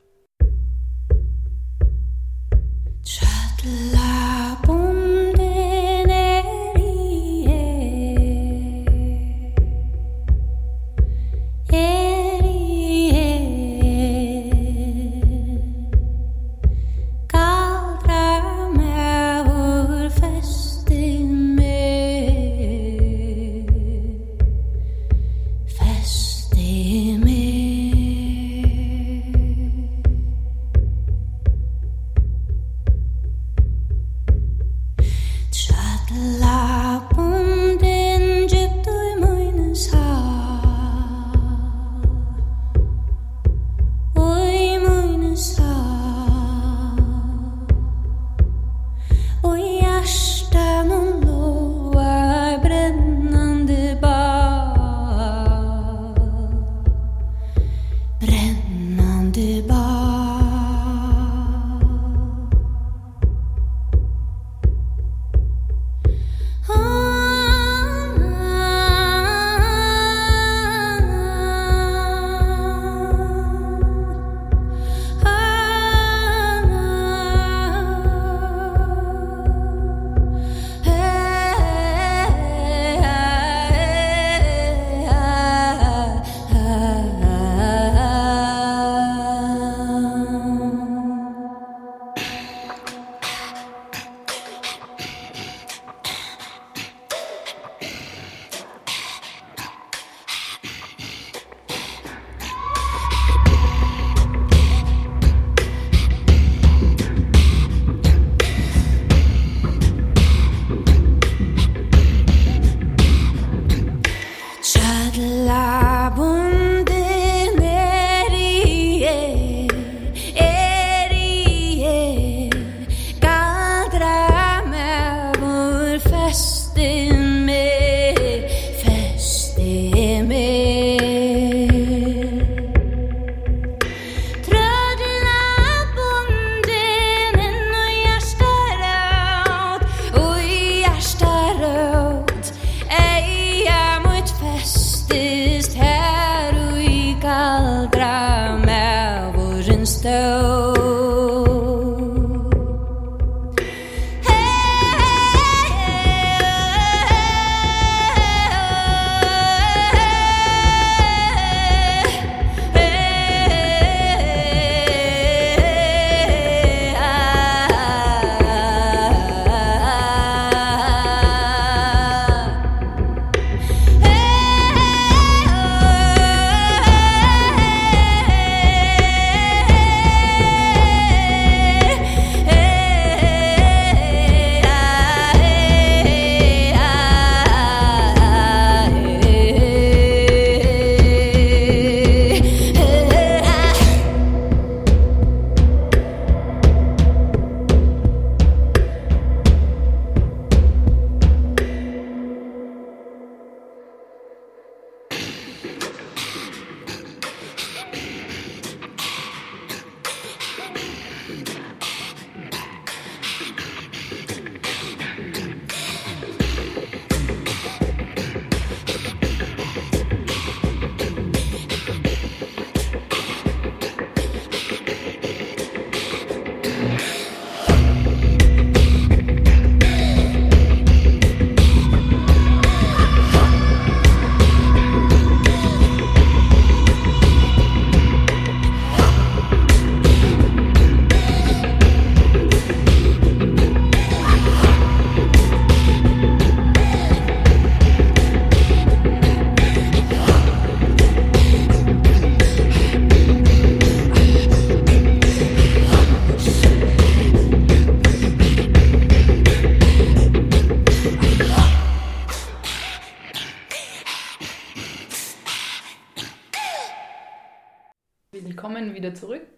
Willkommen wieder zurück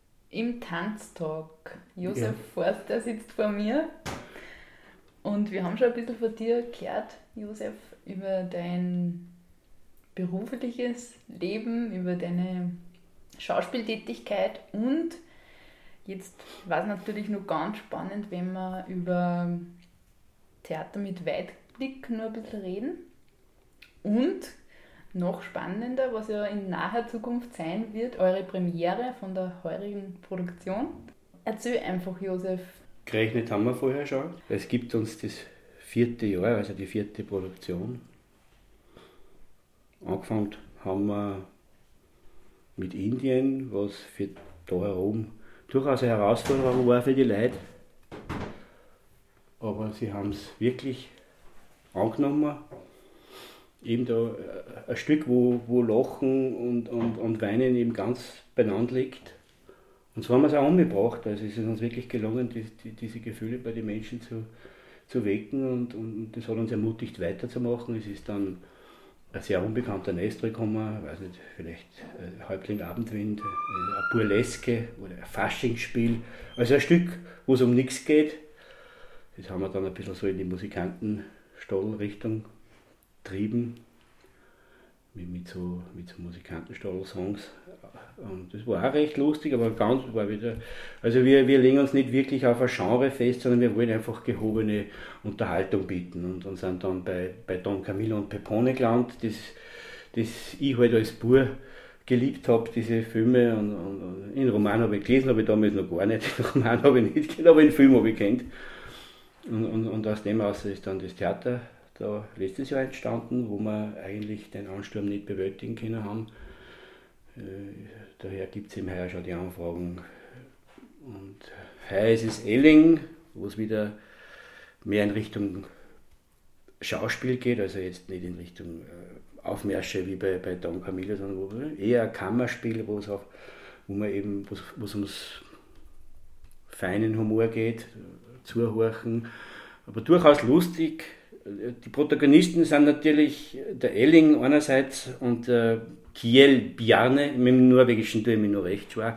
im Tanztalk. Josef ja. Forster sitzt vor mir und wir haben schon ein bisschen von dir gehört, Josef, über dein berufliches Leben, über deine Schauspieltätigkeit und jetzt war es natürlich noch ganz spannend, wenn wir über Theater mit Weitblick nur ein bisschen reden. Und noch spannender, was ja in naher Zukunft sein wird, eure Premiere von der heurigen Produktion. Erzähl einfach, Josef. Gerechnet haben wir vorher schon. Es gibt uns das vierte Jahr, also die vierte Produktion. Angefangen haben wir mit Indien, was für da herum durchaus eine Herausforderung war für die Leute. Aber sie haben es wirklich angenommen. Eben da ein Stück, wo, wo Lachen und, und, und Weinen eben ganz beieinander liegt. Und so haben wir es auch umgebracht. Also es ist uns wirklich gelungen, die, die, diese Gefühle bei den Menschen zu, zu wecken und, und das hat uns ermutigt, weiterzumachen. Es ist dann ein sehr unbekannter Nestor gekommen, ich weiß nicht, vielleicht äh, Häuptling Abendwind, äh, ein Burleske oder ein Faschingsspiel. Also ein Stück, wo es um nichts geht. Das haben wir dann ein bisschen so in die Musikantenstall-Richtung getrieben. Mit, mit so, mit so Musikantenstall-Songs. Und das war auch recht lustig, aber ganz war wieder. Also wir, wir legen uns nicht wirklich auf ein Genre fest, sondern wir wollen einfach gehobene Unterhaltung bieten und, und sind dann bei, bei Don Camillo und Pepone gelandet, das, das ich halt als Bub geliebt habe, diese Filme. Und, und, und in Roman habe ich gelesen, habe ich damals noch gar nicht. Den Roman habe ich nicht gelesen, aber den Film habe ich kennt. Und, und, und aus dem aus ist dann das Theater da letztes Jahr entstanden, wo wir eigentlich den Ansturm nicht bewältigen können haben. Äh, daher gibt es eben heuer schon die Anfragen. Und heuer ist es Elling, wo es wieder mehr in Richtung Schauspiel geht, also jetzt nicht in Richtung äh, Aufmärsche wie bei, bei Don Camillo, sondern wo eher ein Kammerspiel, wo es auch, wo man eben, wo es ums feinen Humor geht, zuhorchen, aber durchaus lustig. Die Protagonisten sind natürlich der Elling einerseits und der Kiel Bjarne, mit dem Norwegischen tue ich mich noch recht schwer.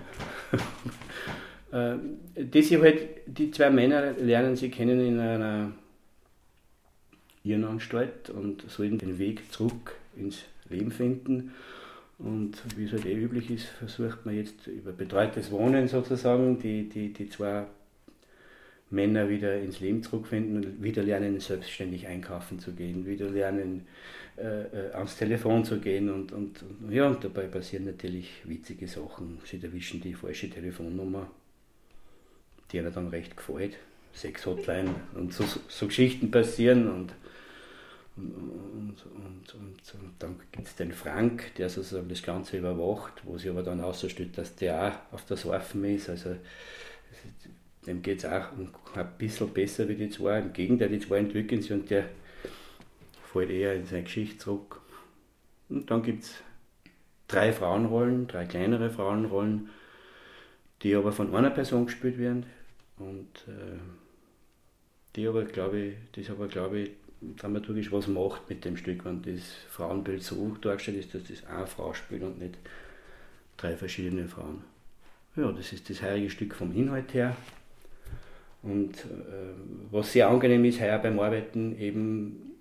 Das hier halt, die zwei Männer lernen sie kennen in einer Irrenanstalt und sollen den Weg zurück ins Leben finden. Und wie es halt eh üblich ist, versucht man jetzt über betreutes Wohnen sozusagen die, die, die zwei Männer wieder ins Leben zurückfinden und wieder lernen, selbstständig einkaufen zu gehen, wieder lernen, äh, ans Telefon zu gehen und, und, und, ja, und dabei passieren natürlich witzige Sachen. Sie erwischen die falsche Telefonnummer, die ihnen dann recht gefällt, Sex-Hotline und so, so Geschichten passieren und, und, und, und, und, und dann gibt es den Frank, der sozusagen das Ganze überwacht, wo sich aber dann ausstellt, dass der auch auf das Waffen ist, also dem geht es auch ein bisschen besser wie die zwei. Im Gegenteil, die zwei entwickeln sich und der fällt eher in seine Geschichte zurück. Und dann gibt es drei Frauenrollen, drei kleinere Frauenrollen, die aber von einer Person gespielt werden. Und äh, die aber, glaube ich, das aber, glaube ich, dramaturgisch was macht mit dem Stück, wenn das Frauenbild so dargestellt ist, dass das eine Frau spielt und nicht drei verschiedene Frauen. Ja, das ist das heurige Stück vom Inhalt her. Und äh, was sehr angenehm ist heuer beim Arbeiten, eben,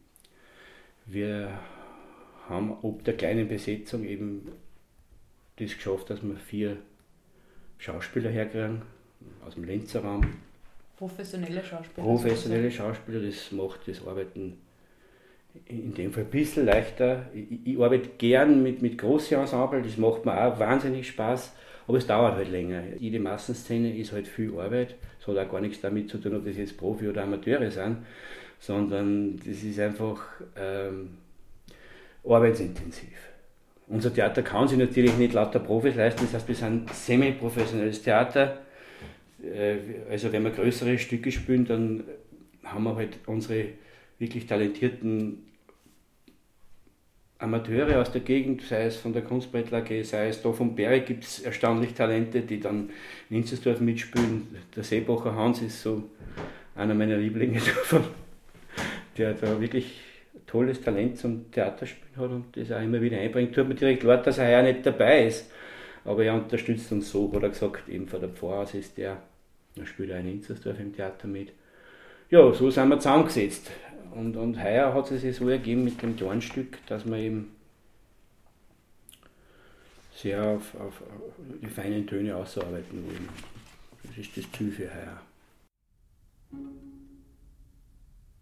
wir haben ob der kleinen Besetzung eben das geschafft, dass wir vier Schauspieler herkriegen, aus dem Lenzer Raum. Professionelle Schauspieler. Professionelle Schauspieler, das macht das Arbeiten in dem Fall ein bisschen leichter. Ich, ich arbeite gern mit, mit großen Ensemble, das macht mir auch wahnsinnig Spaß. Aber es dauert halt länger. Jede Massenszene ist halt viel Arbeit. Es hat auch gar nichts damit zu tun, ob das jetzt Profi oder Amateure sind, sondern das ist einfach ähm, arbeitsintensiv. Unser Theater kann sich natürlich nicht lauter Profis leisten, das heißt, wir sind semi-professionelles Theater. Äh, also wenn wir größere Stücke spielen, dann haben wir halt unsere wirklich talentierten Amateure aus der Gegend, sei es von der Kunstbrett A G, sei es da vom Berg, gibt es erstaunlich Talente, die dann in Inzersdorf mitspielen. Der Seebacher Hans ist so einer meiner Lieblinge davon, der da wirklich tolles Talent zum Theaterspielen hat und das auch immer wieder einbringt. Tut mir direkt leid, dass er ja nicht dabei ist, aber er unterstützt uns so, hat er gesagt, eben von der Pfarrhaus ist der, er spielt auch in Inzersdorf im Theater mit. Ja, so sind wir zusammengesetzt. Und, und heuer hat es sich so ergeben mit dem Dornstück, dass wir eben sehr auf, auf die feinen Töne ausarbeiten wollen. Das ist das Ziel für heuer.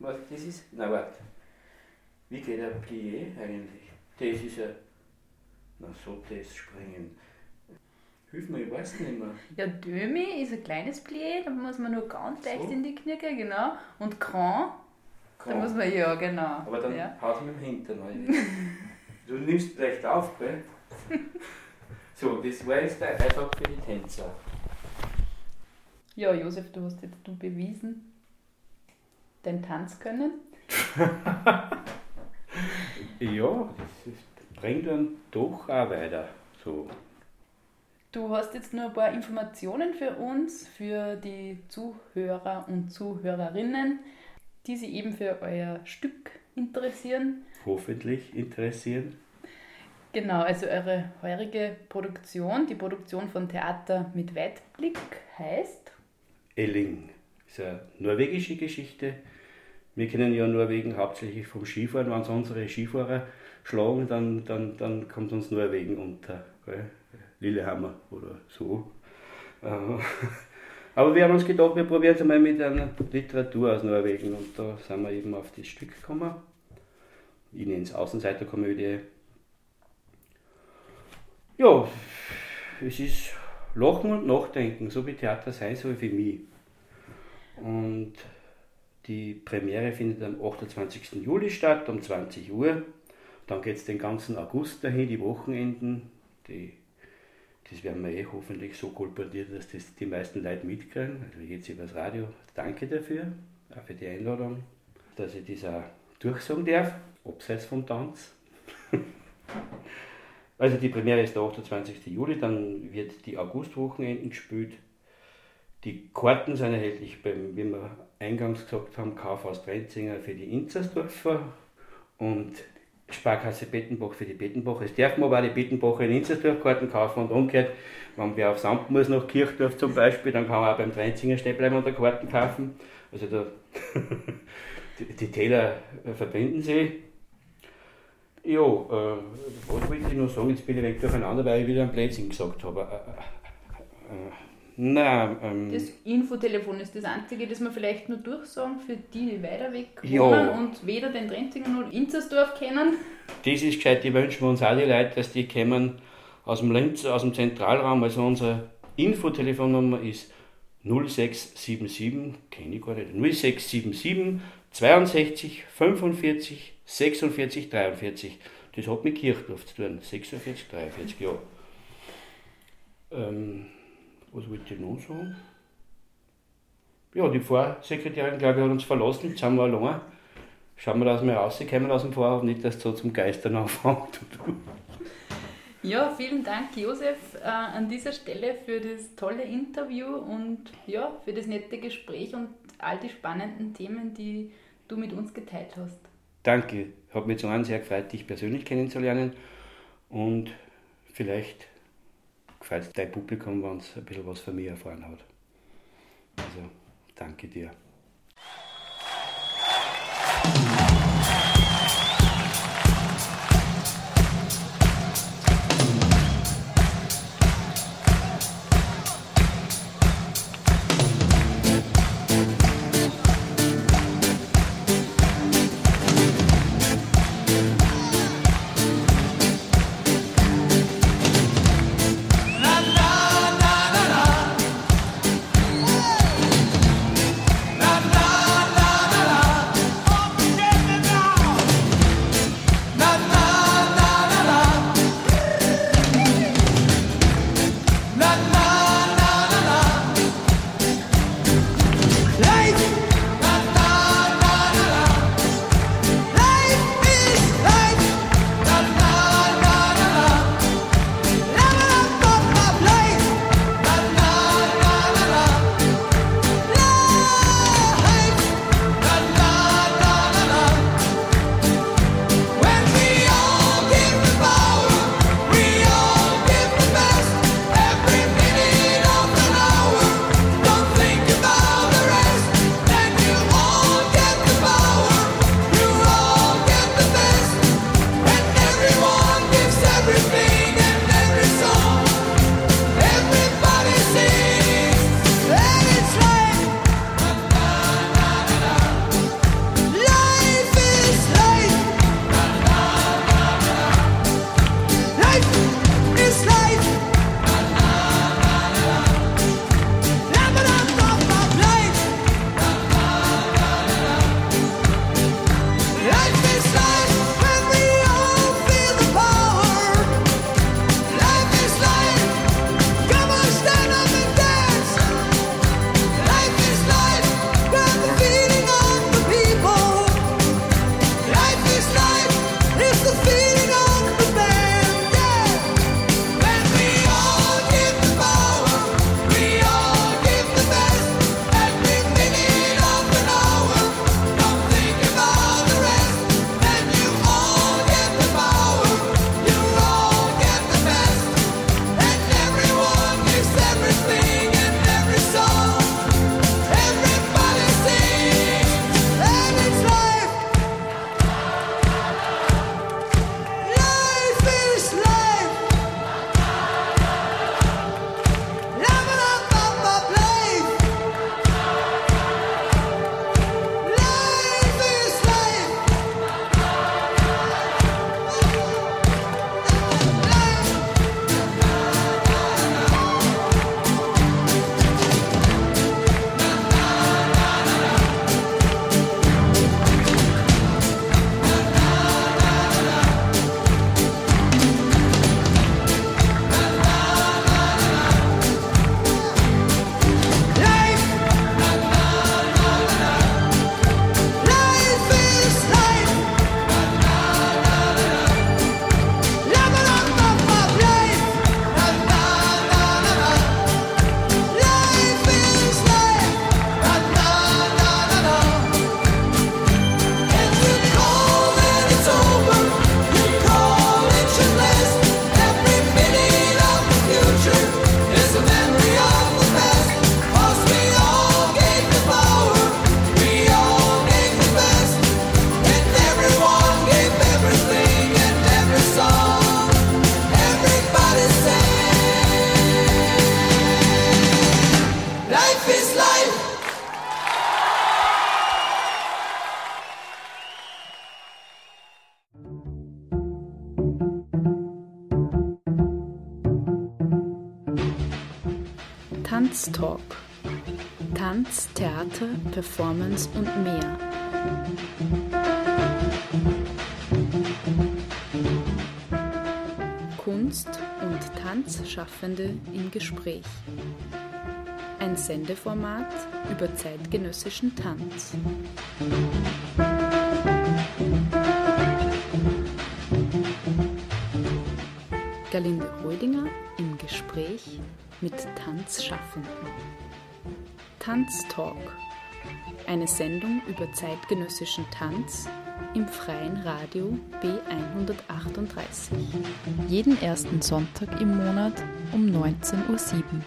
was das ist? Na warte. Wie geht ein Plié eigentlich? Das ist ja. Na so, das springen. Hilf mir, ich weiß nicht mehr. Ja, Demi ist ein kleines Plié, da muss man nur ganz leicht So. in die Knie gehen, genau. Und Grand, da Komm. muss man, ja, genau. Aber dann ja. haut mit dem Hintern rein. Du nimmst leicht auf, gell? So, das war jetzt der Einsatz für die Tänzer. Ja, Josef, du hast jetzt du bewiesen, dein Tanz können. Ja, das ist, bringt dann doch auch weiter. So. Du hast jetzt nur ein paar Informationen für uns, für die Zuhörer und Zuhörerinnen, die sich eben für euer Stück interessieren. Hoffentlich interessieren. Genau, also eure heurige Produktion, die Produktion von Theater mit Weitblick heißt? Elling. Das ist eine norwegische Geschichte. Wir kennen ja Norwegen hauptsächlich vom Skifahren. Wenn es unsere Skifahrer schlagen, dann, dann, dann kommt uns Norwegen unter. Gell? Lillehammer oder so. Aber wir haben uns gedacht, wir probieren es einmal mit einer Literatur aus Norwegen und da sind wir eben auf das Stück gekommen. Ich nenne es Außenseiterkomödie. Ja, es ist Lachen und Nachdenken, so wie Theater sein soll für mich. Und die Premiere findet am achtundzwanzigsten Juli statt, um zwanzig Uhr. Dann geht es den ganzen August dahin, die Wochenenden. Die, das werden wir eh hoffentlich so kolportiert, dass das die meisten Leute mitkriegen. Also jetzt über das Radio. Danke dafür, auch für die Einladung, dass ich das auch durchsagen darf, abseits vom Tanz. Also die Premiere ist der achtundzwanzigsten Juli, dann wird die Augustwochenenden gespielt. Die Karten sind erhältlich beim, wie wir eingangs gesagt haben, Kaufhaus Trenzinger für die Inzersdorfer und Sparkasse Bettenbach für die Bettenbacher. Es dürfen aber auch die Bettenbacher in Inzersdorf Karten kaufen und umgekehrt, wenn wer auf Samt muss, nach Kirchdorf zum Beispiel, dann kann man auch beim Trenzinger stehen bleiben und da Karten kaufen. Also da die, die Täler verbinden sich. Ja, äh, was wollte ich noch sagen? Jetzt bin ich weg durcheinander, weil ich wieder ein Blödsinn gesagt habe. Äh, äh, nein, ähm, Das Infotelefon ist das einzige, das wir vielleicht nur durchsagen für die, die weiter weg Ja. wohnen und weder den Trenzinger noch Inzersdorf kennen. das ist gescheit, die wünschen wir uns auch die Leute, dass die kommen aus dem Linz, aus dem Zentralraum. Also unsere Infotelefonnummer ist null sechs sieben sieben, kenne ich gar nicht, null sechs sieben sieben zweiundsechzig fünfundvierzig sechsundvierzig dreiundvierzig. Das hat mit Kirchdorf zu tun, sechsundvierzig dreiundvierzig, ja. Ähm, was wollte ich noch sagen? Ja, die Pfarrsekretärin, glaube ich, hat uns verlassen, jetzt sind wir allein. Schauen wir, dass wir rauskommen aus dem Pfarrhof, nicht, dass es so zum Geistern anfängt. Ja, vielen Dank, Josef, äh, an dieser Stelle für das tolle Interview und ja, für das nette Gespräch und all die spannenden Themen, die du mit uns geteilt hast. Danke, hat mich zum einen sehr gefreut, dich persönlich kennenzulernen und vielleicht gefällt es dein Publikum, wenn es ein bisschen was von mir erfahren hat. Also, danke dir. Tanztalk. Tanz, Theater, Performance und mehr. Kunst- und Tanzschaffende im Gespräch. Ein Sendeformat über zeitgenössischen Tanz. Galinde Rödinger im Gespräch mit Tanzschaffenden. Tanztalk. Eine Sendung über zeitgenössischen Tanz im freien Radio B hundertachtunddreißig. Jeden ersten Sonntag im Monat um neunzehn Uhr sieben.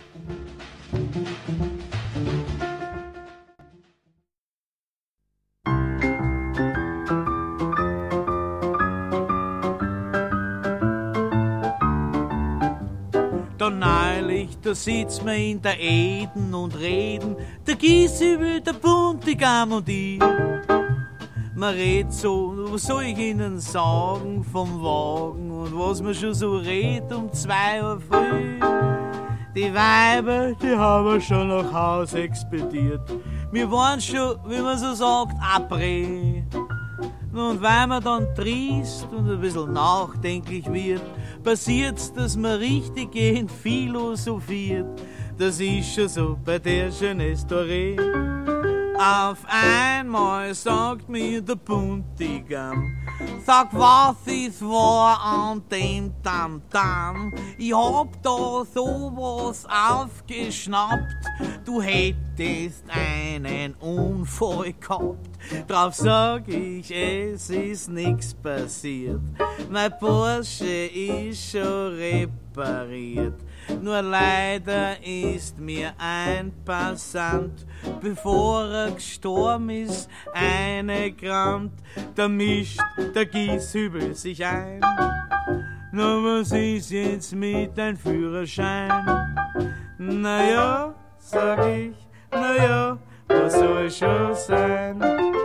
Neulich, da sitzt man in der Eden und reden, der Gieshübel, der Buntigam und ich. Man redet so, was soll ich Ihnen sagen vom Wagen und was man schon so redet um zwei Uhr früh. Die Weiber, die haben wir schon nach Haus expediert. Wir waren schon, wie man so sagt, après. Und weil man dann triest und ein bisschen nachdenklich wird, passiert's, dass man richtig gehend philosophiert. Das ist schon so bei der Jeunesse Doré. Auf einmal sagt mir der Buntigam, sag, was ist wahr an dem Tamtam? Ich hab da sowas aufgeschnappt, du hättest einen Unfall gehabt. Drauf sag ich, es ist nix passiert, mein Porsche ist schon repariert. Nur leider ist mir ein Passant, bevor er gestorben ist, eine Grant. Da mischt der Gieshübel sich ein. Na, was ist jetzt mit dein Führerschein? Naja, sag ich, naja, was soll schon sein?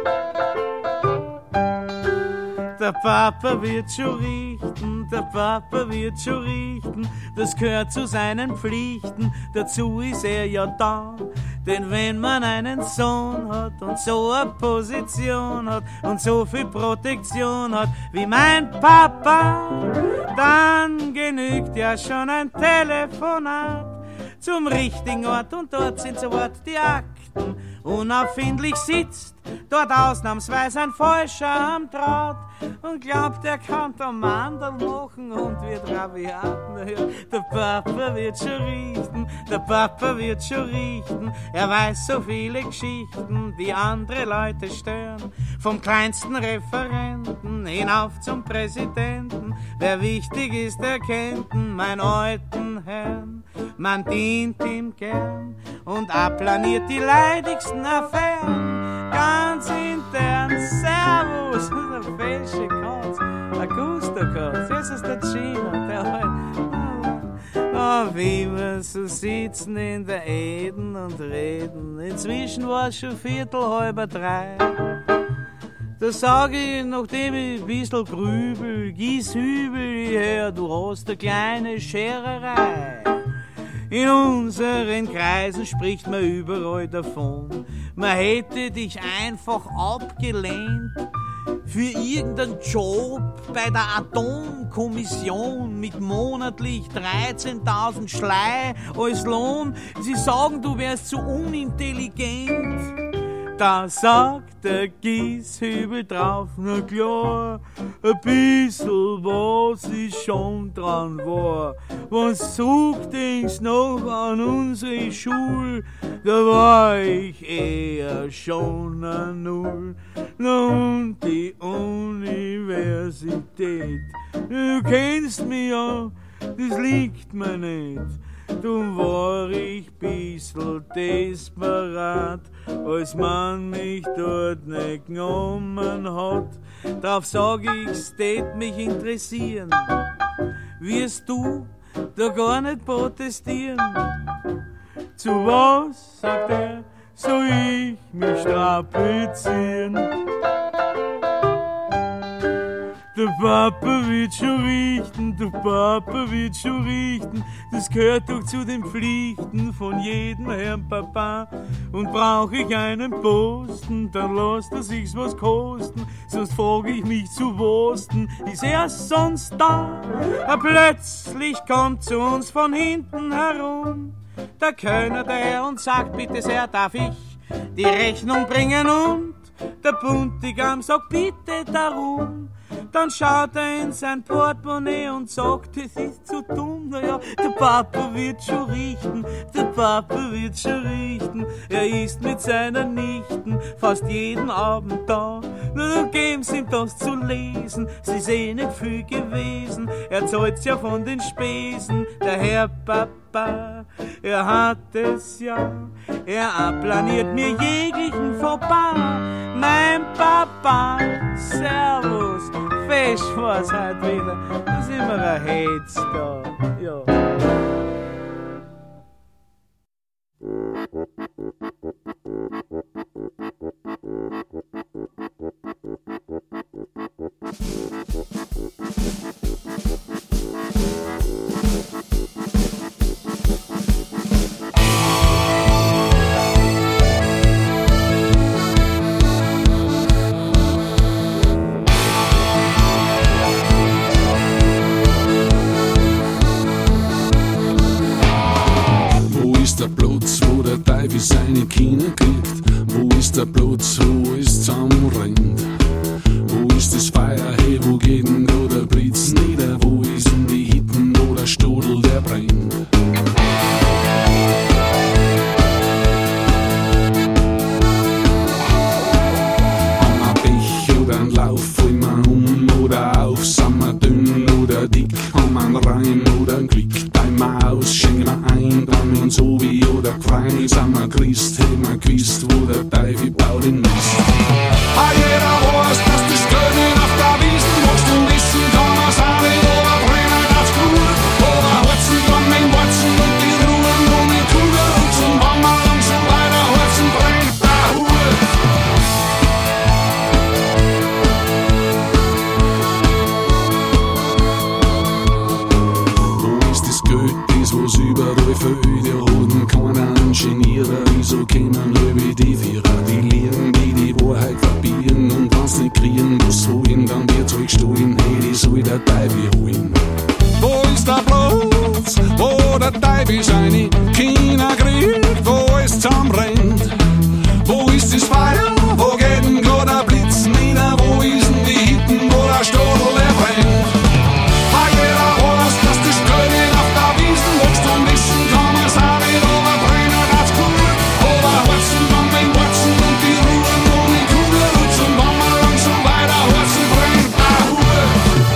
Der Papa wird schon richten, der Papa wird schon richten, das gehört zu seinen Pflichten, dazu ist er ja da. Denn wenn man einen Sohn hat und so eine Position hat und so viel Protektion hat wie mein Papa, dann genügt ja schon ein Telefonat zum richtigen Ort und dort sind sofort die Akten. Unauffindlich sitzt dort ausnahmsweise ein Falscher am Draht und glaubt, er kann da Mandel machen und wird rabiat. Naja, der Papa wird schon richten, der Papa wird schon richten. Er weiß so viele Geschichten, die andere Leute stören. Vom kleinsten Referenten hinauf zum Präsidenten. Wer wichtig ist, er kennt ihn, mein alten Herrn. Man dient ihm gern und abplaniert die leidigsten Affären. Ganz intern, Servus, der fesche Katz, Augusta Katz, jetzt ist der Gina, der halt. Oh, wie wir so sitzen in der Eden und reden, inzwischen war es schon viertel halber drei. Da sag ich, nachdem ich ein bisschen grübel, Gieshübel her, du hast eine kleine Schererei. In unseren Kreisen spricht man überall davon, man hätte dich einfach abgelehnt für irgendeinen Job bei der Atomkommission mit monatlich dreizehntausend Schlei als Lohn. Sie sagen, du wärst zu unintelligent. Da sagt der Gieshübel drauf, na klar, ein bisschen was ist schon dran wahr. Was sucht ich's noch an unsere Schule, da war ich eher schon ein Null. Na und die Universität, du kennst mich ja, das liegt mir nicht. Drum war ich bissl desperat, als man mich dort nicht genommen hat. Drauf sag ich's, tät mich interessieren. Wirst du da gar nicht protestieren? Zu was, sagt er, soll ich mich strapazieren? Da Der Papa wird schon richten, der Papa wird schon richten. Das gehört doch zu den Pflichten von jedem Herrn Papa. Und brauch ich einen Posten, dann lasst er sich's was kosten. Sonst frag ich mich zu Wosten, ist er sonst da? Aber plötzlich kommt zu uns von hinten herum der Kölner daher und sagt, bitte sehr, darf ich die Rechnung bringen? Und der Buntigam sagt, bitte darum. Dann schaut er in sein Portemonnaie und sagt, es ist zu dumm. Naja, der Papa wird schon richten, der Papa wird schon richten. Er ist mit seiner Nichten fast jeden Abend da. Nur dann geben's ihm das zu lesen, sie ist eh nicht viel gewesen. Er zahlt's ja von den Spesen, der Herr Papa, er hat es ja. Er abplaniert mir jeglichen Fauxpas. Mein Papa, Servus, fesch war's halt wieder, da sind wir ein Hetz da, ja. Wie seine Kinder kriegt. Wo ist der Platz, wo es zusammenrennt? Wo ist das Feuer, hey, wo geht denn da der Blitz nieder? Wo ist denn die Hitten, wo der Stodel, der brennt? Haben wir Pech oder ein Lauf, fallen wir um oder auf? Sind wir dünn oder dick? Haben wir einen Reim oder ein Glück? Teilen wir aus, schenken wir ein, dran wir uns so wie oder gefreut. Sind wir Christ, hätten wir gewusst, wo der Teufel baut den Mist. Ah, jeder weiß, dass das Gönnen auf der Wiesen wächst und wissen kann man's auch nicht, aber brennen ganz gut. Aber Holzen kann mein Watzen und die Ruhen und die Kugel und zum Wammer und so weiter. Holzen brennt der Hut. Wo ist das Geld, das was überall fehlt? Ja, hatten keiner Ingenieure, wieso kennen Löwe die Vierer? Die Lehren, die die Wahrheit verbieren und wenn's nicht kriegen, was holen, dann wird's euch gestohlen. Hey, die soll der Teufel holen. Wo ist der Platz, wo der Teufel seine Kinder kriegt, wo es zusammenrennt? Wo ist das Feuer, wo geht denn grad der Blitz nieder? Wo ist denn die Hitten, wo der Stodel, der brennt? Ah, jeder weiß, dass das Gönnen auf der Wiesen wächst und wissen kann man's auch nicht, aber brennen ganz gut. Aber Holzen kann mein Watzen und die Ruhen und die Kugel und zum Wammer und so weiter. Holzen brennt der Hut.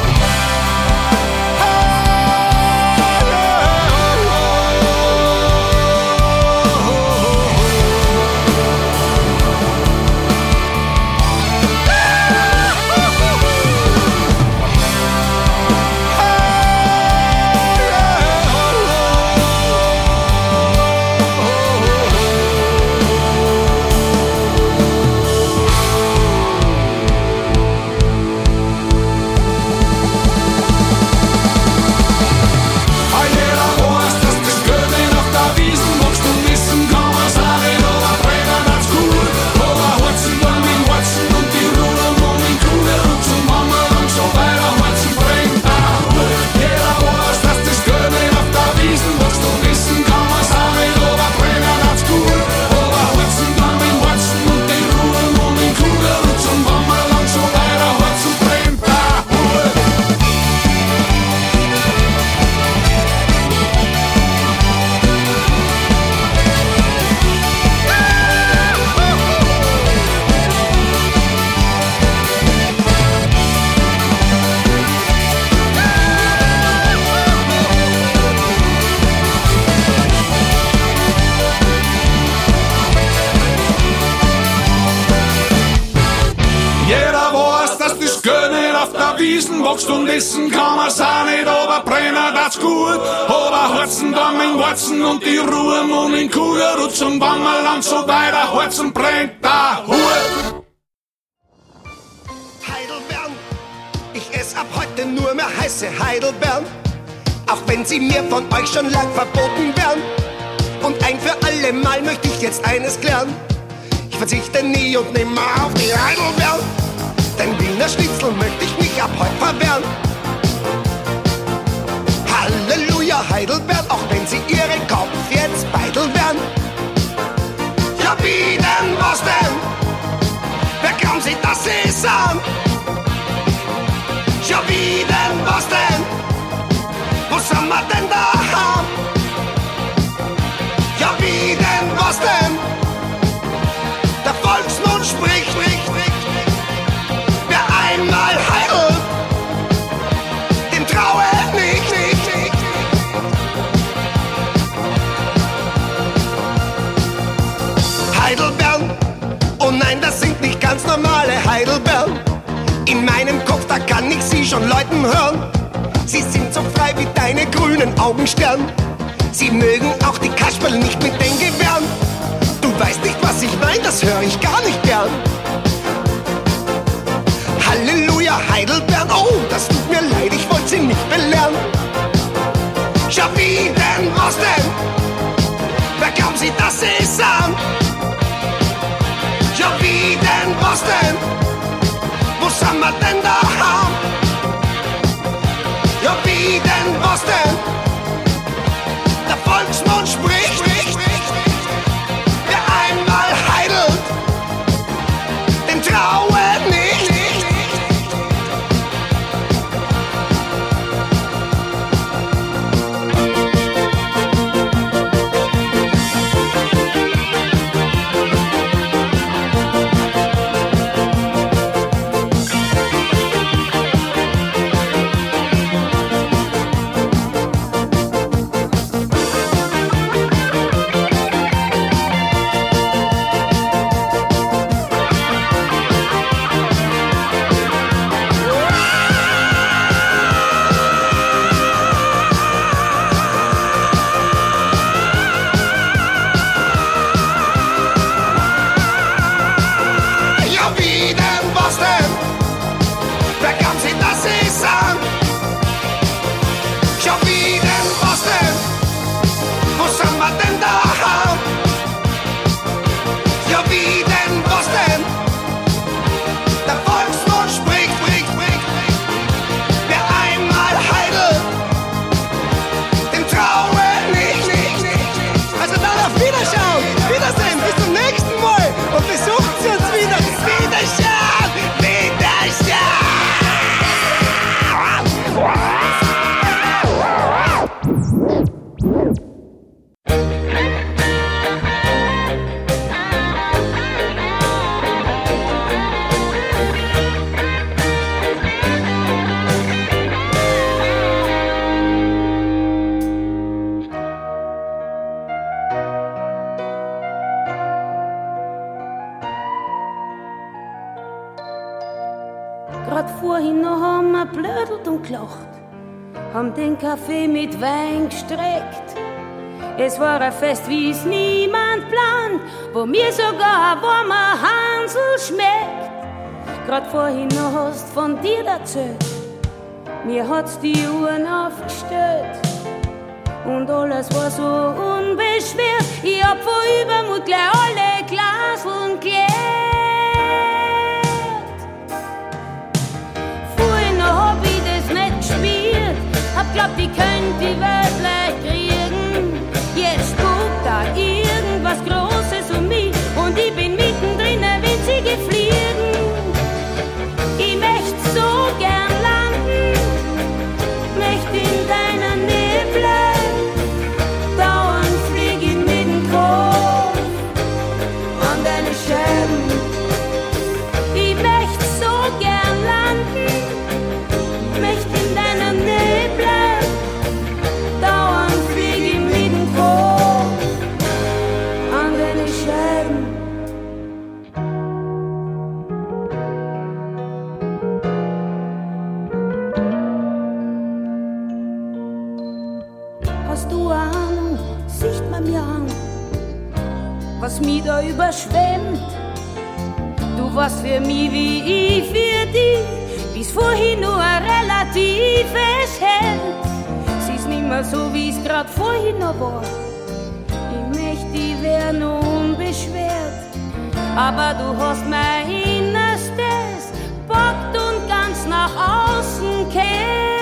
Wiesen wächst und essen kann man's auch nicht, aber brennen das gut. Aber Holzen dann mein Watzen und die Ruhe und in Kugelrutsch und Wammerland so weiter. Holzen brennt der Hut. Heidelbeeren, ich ess ab heute nur mehr heiße Heidelbeeren, auch wenn sie mir von euch schon lang verboten werden. Und ein für alle Mal möchte ich jetzt eines klären: ich verzichte nie und nimmer auf die Heidelbeeren, denn Wiener Schnitzel möchte ich mich ab heute verwehren. Halleluja Heidelbeeren, auch wenn sie ihren Kopf jetzt beideln werden. Ja wie denn, was denn? Wer glauben Sie, dass Sie sind? Ja wie denn, was denn? Wo sind wir denn daheim? Ja wie denn, was denn? Der Volksmund spricht, spricht, spricht. Wer einmal heidelt, dem traue nicht, nicht, nicht. Heidelbeeren, oh nein, das sind nicht ganz normale Heidelbeeren. In meinem Kopf, da kann ich sie schon läuten hören. Sie sind so frei wie deine grünen Augenstern. Sie mögen auch die Kasperl nicht mit den Gewehren. Du weißt nicht, was ich mein, das höre ich gar nicht gern. Halleluja Heidelbeeren, oh, das tut mir leid, ich wollte sie nicht belehren. Ja wie denn, was denn? Wer glauben Sie, dass Sie sind? Ja wie denn, was denn? Wo sind wir denn daheim? Ja wie denn, was denn? Der Volksmund spricht, spricht, spricht. Wer einmal heidelt, dem traue nicht, nicht. Haben den Kaffee mit Wein gestreckt. Es war ein Fest, wie's niemand plant, wo mir sogar ein warmer Hansel schmeckt. Grad vorhin noch hast von dir erzählt, mir hat's die Uhren aufgestellt. Und alles war so unbeschwert, ich hab vor Übermut gleich alle Glaseln geleert. Vorhin noch hab ich das nicht gespielt, hab glaubt, ich könnt die Welt leicht kriegen. Jetzt guckt da irgendwas Großes um mich und ich bin mittendrin, ein winzige Fliegen. Ich möcht so gern landen, möcht in deiner Nähe bleiben. Dauernd flieg ich mit dem Kopf an deine Scheiben. Ich möcht so gern landen, möcht in deiner Nähe bleiben. Dauernd flieg ich mit dem Kopf an deine Scheiben. Hast du eine Ahnung, sicht man mir an, was mich da überschwemmt? Du warst für mich wie ich für dich, wie ist vorhin nur ein relatives Held. Sie ist nimmer so, wie es grad vorhin noch war. Ich möchte, die wär nur unbeschwert, aber du hast mein Innerstes packt und ganz nach außen kehrt.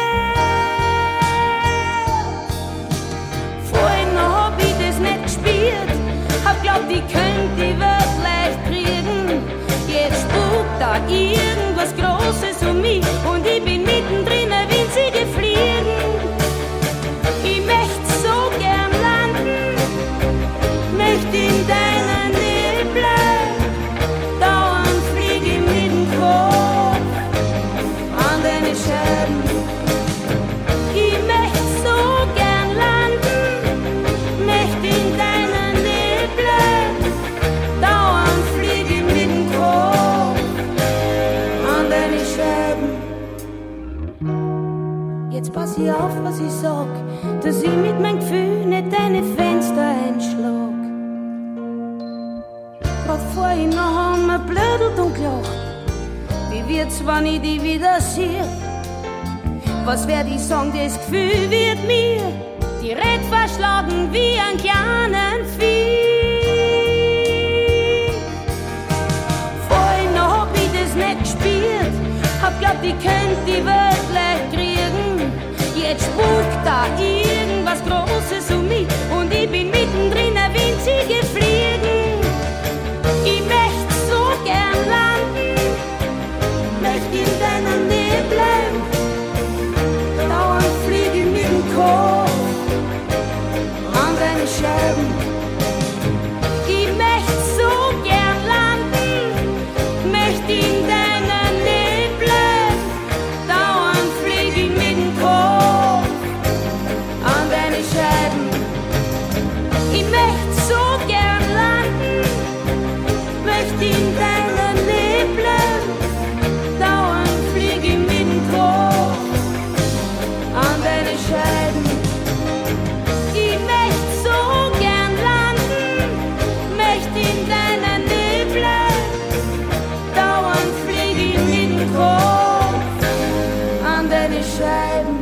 Vorhin noch hab ich das nicht gespürt, hab glaubt, ich könnt die Welt leicht kriegen. Jetzt spukt da irgendwas Großes um mich und ich bin mittendrin, ein winzige Fliegen. Ich möcht so gern landen, möcht in deiner Nähe bleiben. Dauernd flieg ich mit dem Kopf an deine Scheiben. Ich möcht so gern landen, möcht in deiner Nähe bleiben. Dauernd flieg ich mit dem Kopf an deine Scheiben. Jetzt pass ich auf, was ich sag, dass ich mit meinem Gefühl nicht deine Fenster einschlag. Grad vorhin noch haben wir blödelt und gelacht. Wie wird's, wenn ich dich wieder sehe? Was werd ich sagen, das Gefühl wird mir direkt verschlagen wie ein kleinen Vieh. Vorhin noch hab ich das nicht gespürt, hab glaubt, ich könnt die Welt leicht kriegen. Jetzt spukt da irgendwas Großes um mich und ich bin mittendrin, ein winzige Fliegen. Ich möcht so gern landen, möcht in deiner Nähe bleiben. Dauernd flieg ich mit dem Kopf an deine Scheiben. Ich möcht so gern landen, möcht in deiner Nähe bleiben. Dauernd flieg ich mit dem Kopf an deine Scheiben. Ich möcht so gern landen, möcht in deiner Nähe bleiben. Dauernd flieg ich mit dem Kopf an deine Scheiben. Ich möcht so gern landen, möcht in deiner Nähe bleiben. Dauernd flieg ich mit dem Kopf an deine Scheiben.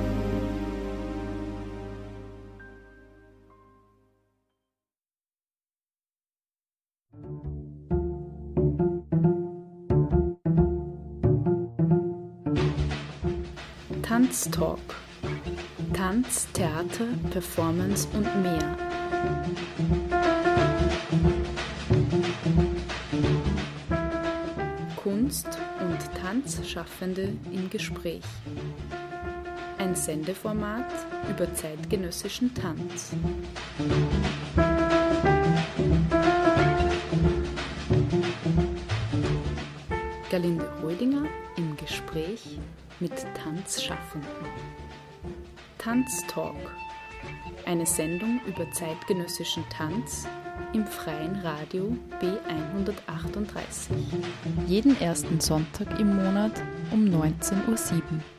Tanztalk. Tanz, Theater, Performance und mehr. Kunst- und Tanzschaffende im Gespräch. Ein Sendeformat über zeitgenössischen Tanz. Galinde Hoidinger im Gespräch mit Tanzschaffenden. Tanztalk. Eine Sendung über zeitgenössischen Tanz im freien Radio B hundertachtunddreißig. Jeden ersten Sonntag im Monat um neunzehn Uhr sieben.